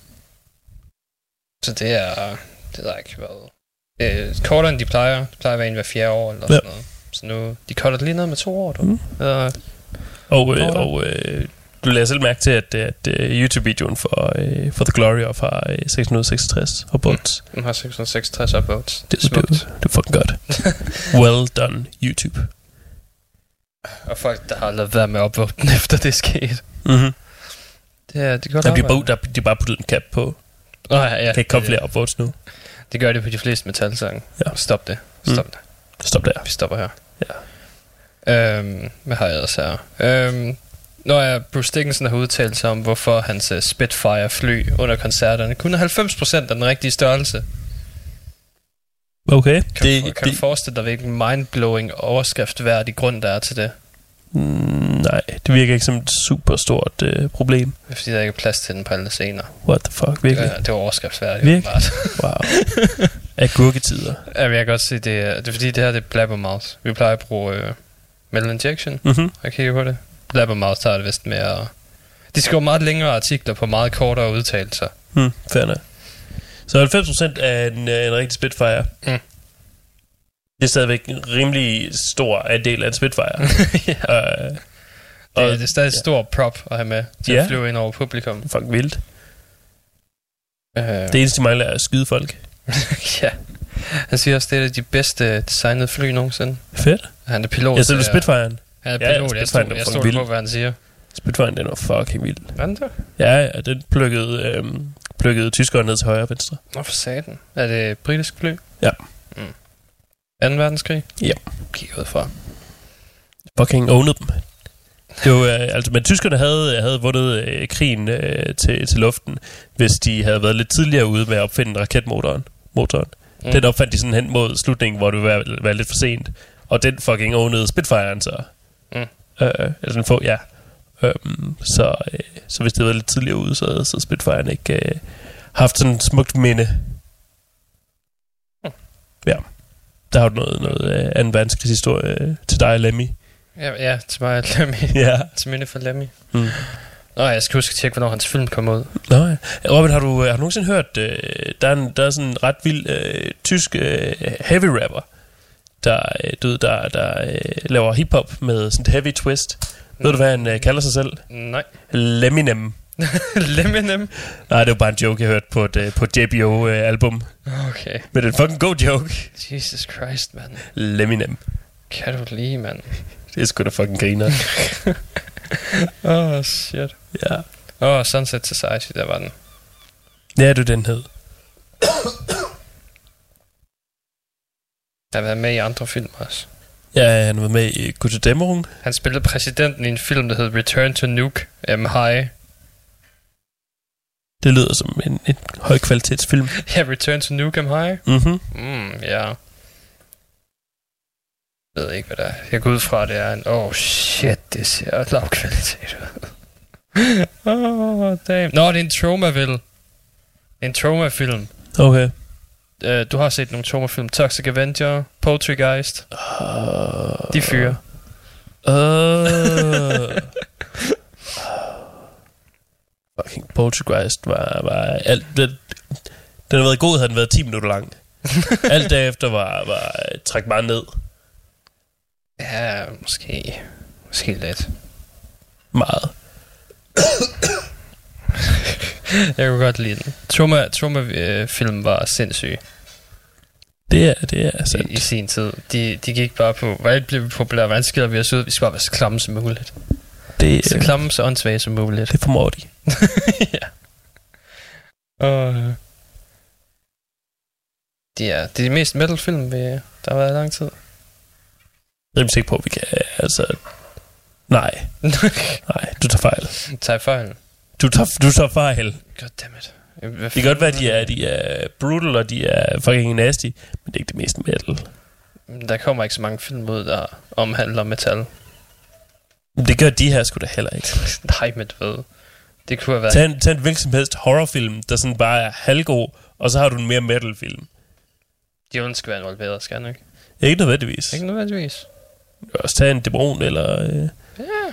D: Så det er ikke været kortere end de plejer. Det plejer at være en hver 4 år eller sådan noget. Så nu, de cutter det lige ned med 2 år, du.
E: Og du lader selv mærke til, at YouTube-videoen for The Glory of har 666 upvotes.
D: Den har 666 upvotes.
E: Det er smukt. Det er fucking godt. Well done, YouTube.
D: Og folk, der har lavet være med at upvote den, efter det er sket. Det er godt
E: arbejde. De bare puttet en cap på.
D: Ja.
E: Kan ikke komme flere upvotes nu.
D: Det gør det på de fleste metalsange.
E: Ja.
D: Stop det.
E: Stop der.
D: Vi stopper her.
E: Ja.
D: Hvad har jeg ellers her? Når Bruce Dickinson har udtalt sig om, hvorfor hans Spitfire-fly under koncerterne kun er 90% af den rigtige størrelse.
E: Okay.
D: Kan du forestille dig, hvilken mindblowing overskriftværdig grund der er til det?
E: Nej, det virker ikke som et super stort problem.
D: Det er fordi, der ikke er plads til den på alle scener.
E: What the fuck, virkelig?
D: Det var overskriftsværdigt.
E: Virkelig? Wow. Agurketider.
D: Ja, jeg kan godt se, det er fordi, det her det er blabbermouth. Vi plejer at bruge metal injection. Jeg kigger på det. Blabbermouth tager det vist med at... De skriver meget længere artikler på meget kortere udtalelser.
E: Fair nok. Så 90% af en rigtig Spitfire. Det er stadigvæk en rimelig stor andel af en Spitfire.
D: Det er stadig et stor prop at have med til at flyve ind over publikum.
E: Det er fucking vildt. Det eneste, de mangler, er at skyde folk.
D: Ja. Han siger også, det er de bedste designede fly nogensinde.
E: Fedt.
D: Han er pilot.
E: Jeg selv Spitfire'en.
D: Han er pilot, jeg stod på, hvad han siger.
E: Spitfire'en, den var fucking vild.
D: Hvad den der?
E: Ja, den plukkede tyskere ned til højre og venstre.
D: Nå, for satan. Er det britisk fly?
E: Ja.
D: 2. verdenskrig?
E: Ja.
D: Kig ud fra.
E: Fucking owned dem. Det var, men tyskerne havde vundet krigen til luften, hvis de havde været lidt tidligere ude med at opfinde raketmotoren. Den opfandt de sådan hen mod slutningen, hvor det ville være lidt for sent. Og den fucking ownede Spitfire'en så. Eller den få, ja. Så hvis det havde været lidt tidligere ude, så havde Spitfire'en ikke haft sådan et smukt minde. Ja. Der har du noget anden verdenskrigshistorie til dig, Lemmy.
D: Ja, til mig, Lemmy.
E: Ja.
D: Til minde for Lemmy. Nå, jeg skal huske at tjekke, hvornår hans film kom ud.
E: Nå ja. Robin, har du nogensinde hørt, der er sådan en ret vild tysk heavy rapper, der laver hiphop med sådan et heavy twist. Ved du, hvad han kalder sig selv?
D: Nej.
E: Leminem.
D: Leminem?
E: Nej, det var bare en joke, jeg hørte på et JBO-album.
D: Okay.
E: Men det er en fucking god joke.
D: Jesus Christ, mand.
E: Leminem.
D: Kan du lige, mand?
E: Det er sgu da fucking griner.
D: Shit.
E: Ja.
D: Sunset Society, der var den.
E: Ja, det den hed.
D: Han har været med i andre film også.
E: Ja, han var med i Gute Dämmerung.
D: Han spillede præsidenten i en film, der hed Return to Nuke High.
E: Det lyder som en højkvalitetsfilm.
D: Ja, Return to Nuke High. Ja. Jeg ved ikke, hvad det er. Jeg går ud fra, det er en... shit, det ser lav kvalitet ud. Damn. Nå, det er en Traumaville. En Trauma-film.
E: Okay.
D: Du har set nogle Trauma-film. Toxic Avenger, Poltergeist. De fyre.
E: Poltergeist var alt... Den har været god, havde den været 10 minutter lang. Alt derefter var træk meget ned.
D: Ja, måske lidt.
E: Meget.
D: Jeg kunne godt lide den. Troma-film var sindssyg.
E: Det er sandt.
D: I sin tid. De gik bare på, hvordan bliver vi populære, hvordan skiller vi os ud? Vi skal bare være så klamme som muligt. Så klamme, så åndssvage som muligt.
E: Det formår de.
D: Ja. Og det er de mest metal film, der har været i lang tid.
E: Jeg er sikker på, at vi kan... Altså... Nej, du tager fejl.
D: Tager fejl?
E: Du tager fejl.
D: Goddammit.
E: Det kan godt være, at de er brutal, og de er fucking nasty, men det er ikke det mest metal.
D: Der kommer ikke så mange film ud, der omhandler metal.
E: Det gør de her sgu da heller ikke.
D: Nej, men du ved. Det kunne have været...
E: Tag en hvilken som helst horrorfilm, der sådan bare er halvgod, og så har du en mere metal-film.
D: Djævlen skal være involveret, skal han ikke?
E: Ikke nødvendigvis.
D: Ikke nødvendigvis.
E: Du kan også tage en dæmon, eller...
D: Ja.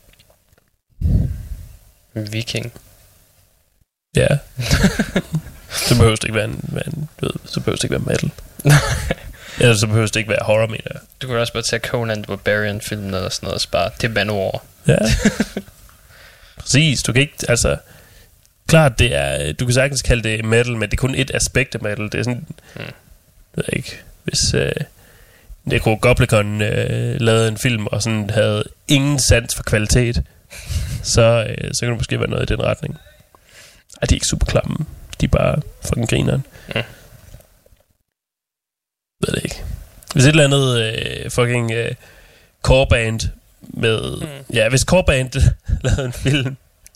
D: Viking.
E: Ja. Så behøver det ikke være en du ved, så behøver det ikke være metal. Eller så behøver det ikke være horror, mener jeg.
D: Du kunne også bare tage Conan the Barbarian-filmen eller sådan noget, og spare det Manowar.
E: Ja. Præcis, du kan ikke, altså... Klart, det er... Du kan sagtens kalde det metal, men det er kun et aspekt af metal. Det er sådan... Jeg ved ikke... Hvis... Necrogoblikon lavede en film, og sådan havde ingen sans for kvalitet, så kan det måske være noget i den retning. Ej, de er ikke super klamme. De er bare fucking grineren. Ved det ikke. Hvis et eller andet fucking coreband med... Ja, hvis coreband lavede en film...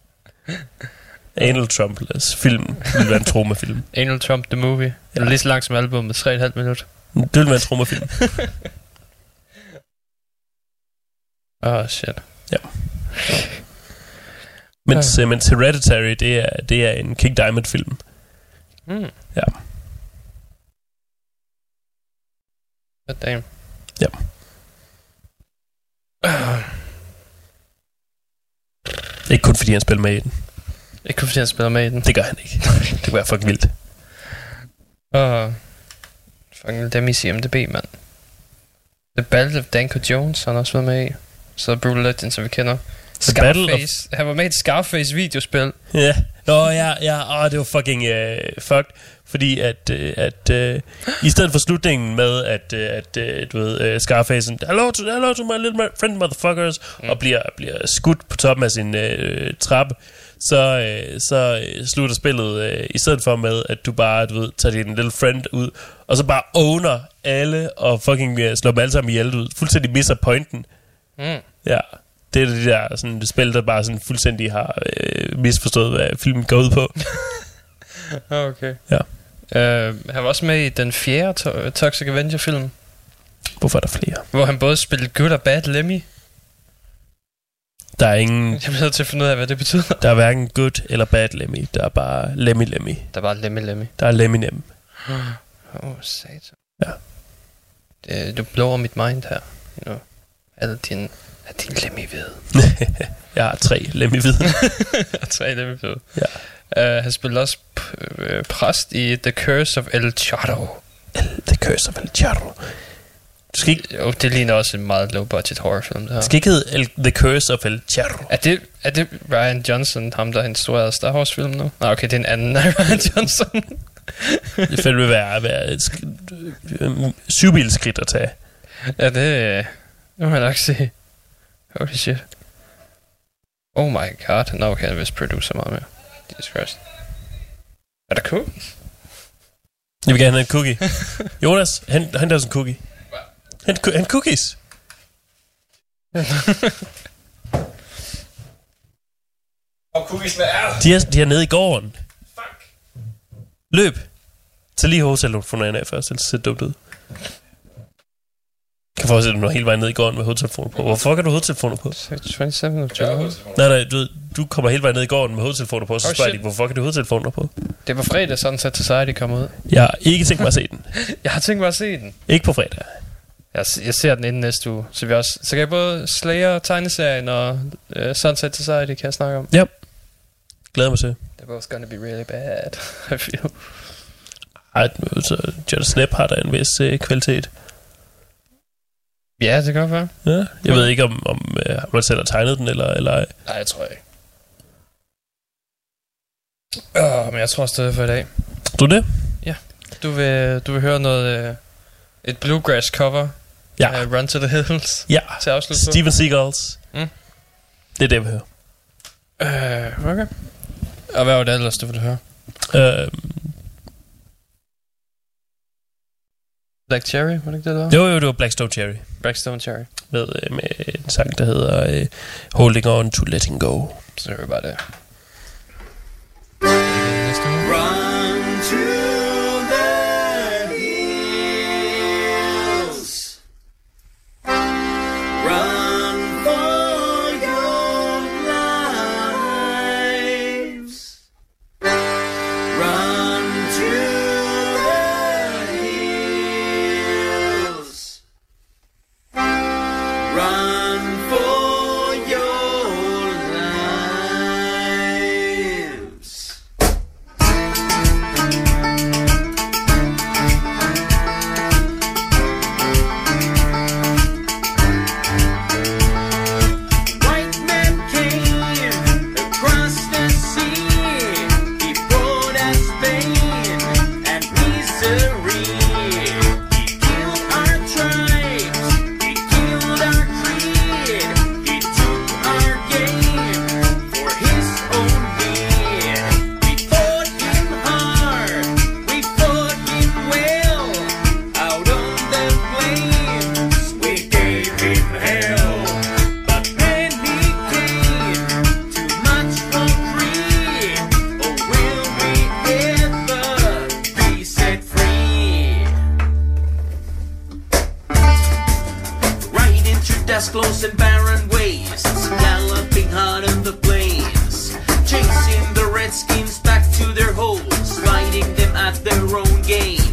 E: Anal Trump film ville være en Troma-film.
D: Anal Trump the Movie. Ja. Eller lige så langt som album med 3,5 minutter.
E: Det ville være en Troma-film.
D: Shit.
E: Ja. Mens Hereditary, det er en King Diamond-film. Ja.
D: God damn.
E: Ja. Ikke kun fordi han spiller med i den.
D: Ikke kun fordi han spiller med i den.
E: Det gør han ikke. Det kunne være fucking vildt.
D: Fucking dem i CMDB, mand. The Battle of Danko Jones, han har også været med i. Så Brutal Legend, som vi kender. Scarface. Han var med i et Scarface videospil.
E: Ja. Ja. Det var fucking fucked. Fordi at i stedet for slutningen med at du ved Scarface hello to my little friend motherfuckers og bliver skudt på toppen af sin trappe, så slutter spillet i stedet for med at du bare du ved tager din little friend ud og så bare owner alle og fucking slår dem alle sammen ihjel ud. Fuldstændig misser pointen. Ja. Det er det der sådan det spil der bare sådan fuldstændig har misforstået hvad filmen går ud på.
D: Okay.
E: Ja.
D: Han var også med i den 4. Toxic Avenger-film.
E: Hvorfor er der flere?
D: Hvor han både spillede good og bad Lemmy.
E: Der er ingen...
D: Jeg bliver nødt til at finde ud af, hvad det betyder.
E: Der er hverken good eller bad Lemmy. Der er bare Lemmy.
D: Der er bare Lemmy.
E: Der er Lemmy.
D: Satan.
E: Ja.
D: Du blower mit mind her. You know. Er din Lemmy ved?
E: Jeg har 3 Lemmy ved.
D: 3 Lemmy ved.
E: Ja.
D: Han spiller også præst i The Curse of El Chato.
E: The Curse of El Chato. Du skal ikke...
D: Jo, det ligner også en meget low-budget horrorfilm, det her.
E: Det skal ikke hedde The Curse of El Chato.
D: Er det Ryan Johnson, ham der har instrueret Star Wars-film nu? Nej, okay, det er en anden af Ryan Johnson.
E: Det vil være et syvbilskridt at tage.
D: Ja, det må man nok sige. Holy shit. Oh my god. Nå, okay, jeg vist producer meget mere. Jesus Christ. Er der cookies?
E: Jeg vil gerne have en cookie. Jonas, hent der en cookie. Hent cookies.
D: Og cookiesne er...
E: De er nede i gården.
D: Fuck.
E: Løb. Tag lige hovedtelefonerne af først, ellers ser det dumt ud. Jeg kan forestille dig, at du er hele vejen ned i gården med hovedtelefoner på. Hvorfor kan du hovedtelefoner på?
D: 27 of July.
E: Nej, du kommer hele vejen ned i gården med hovedtelefoner på, så spørger de, hvorfor kan du hovedtelefoner på?
D: Det var fredag, sådan set Society kom ud.
E: Jeg har ikke tænkt mig at se den.
D: Jeg har tænkt mig at se den.
E: Ikke på fredag.
D: Jeg ser den inden næste uge. Så kan jeg både Slayer, tegneserien og Sunset Society, kan jeg snakke om.
E: Ja. Glæder mig til.
D: They're both gonna be really bad, I feel.
E: Ej, så Johnny Snap har der en vis kvalitet.
D: Ja, det kan godt være.
E: Ja, jeg ved ikke, om man selv har tegnet den, eller ej.
D: Nej, jeg tror ikke. Men jeg tror stadig for i dag.
E: Du det?
D: Ja. Du vil høre noget... et bluegrass cover af Run to the Hills.
E: Ja,
D: til afslut.
E: Steven Seagulls. Det er det, jeg vil høre.
D: Okay. Og hvad var det ellers, du ville høre? Black Cherry, var det ikke det, der var?
E: Jo, det var Blackstone Cherry.
D: Blackstone Cherry.
E: Med en sang, der hedder Holding On to Letting Go.
D: Så hører vi bare det.
G: Run to the hills. Run for your lives. Run to the hills. Run for your lives. White man came across the sea. He brought us pain and misery. He killed our tribes. He killed our creed. He took our game for his own need. We fought him hard. We fought him well. Out on the plains, we gave him hell. But when he came, too much for greed. Oh, will we ever be set free? Riding through dust-close and barren wastes, galloping hard on the plains, chasing the redskins back to their holes, fighting them at their own game.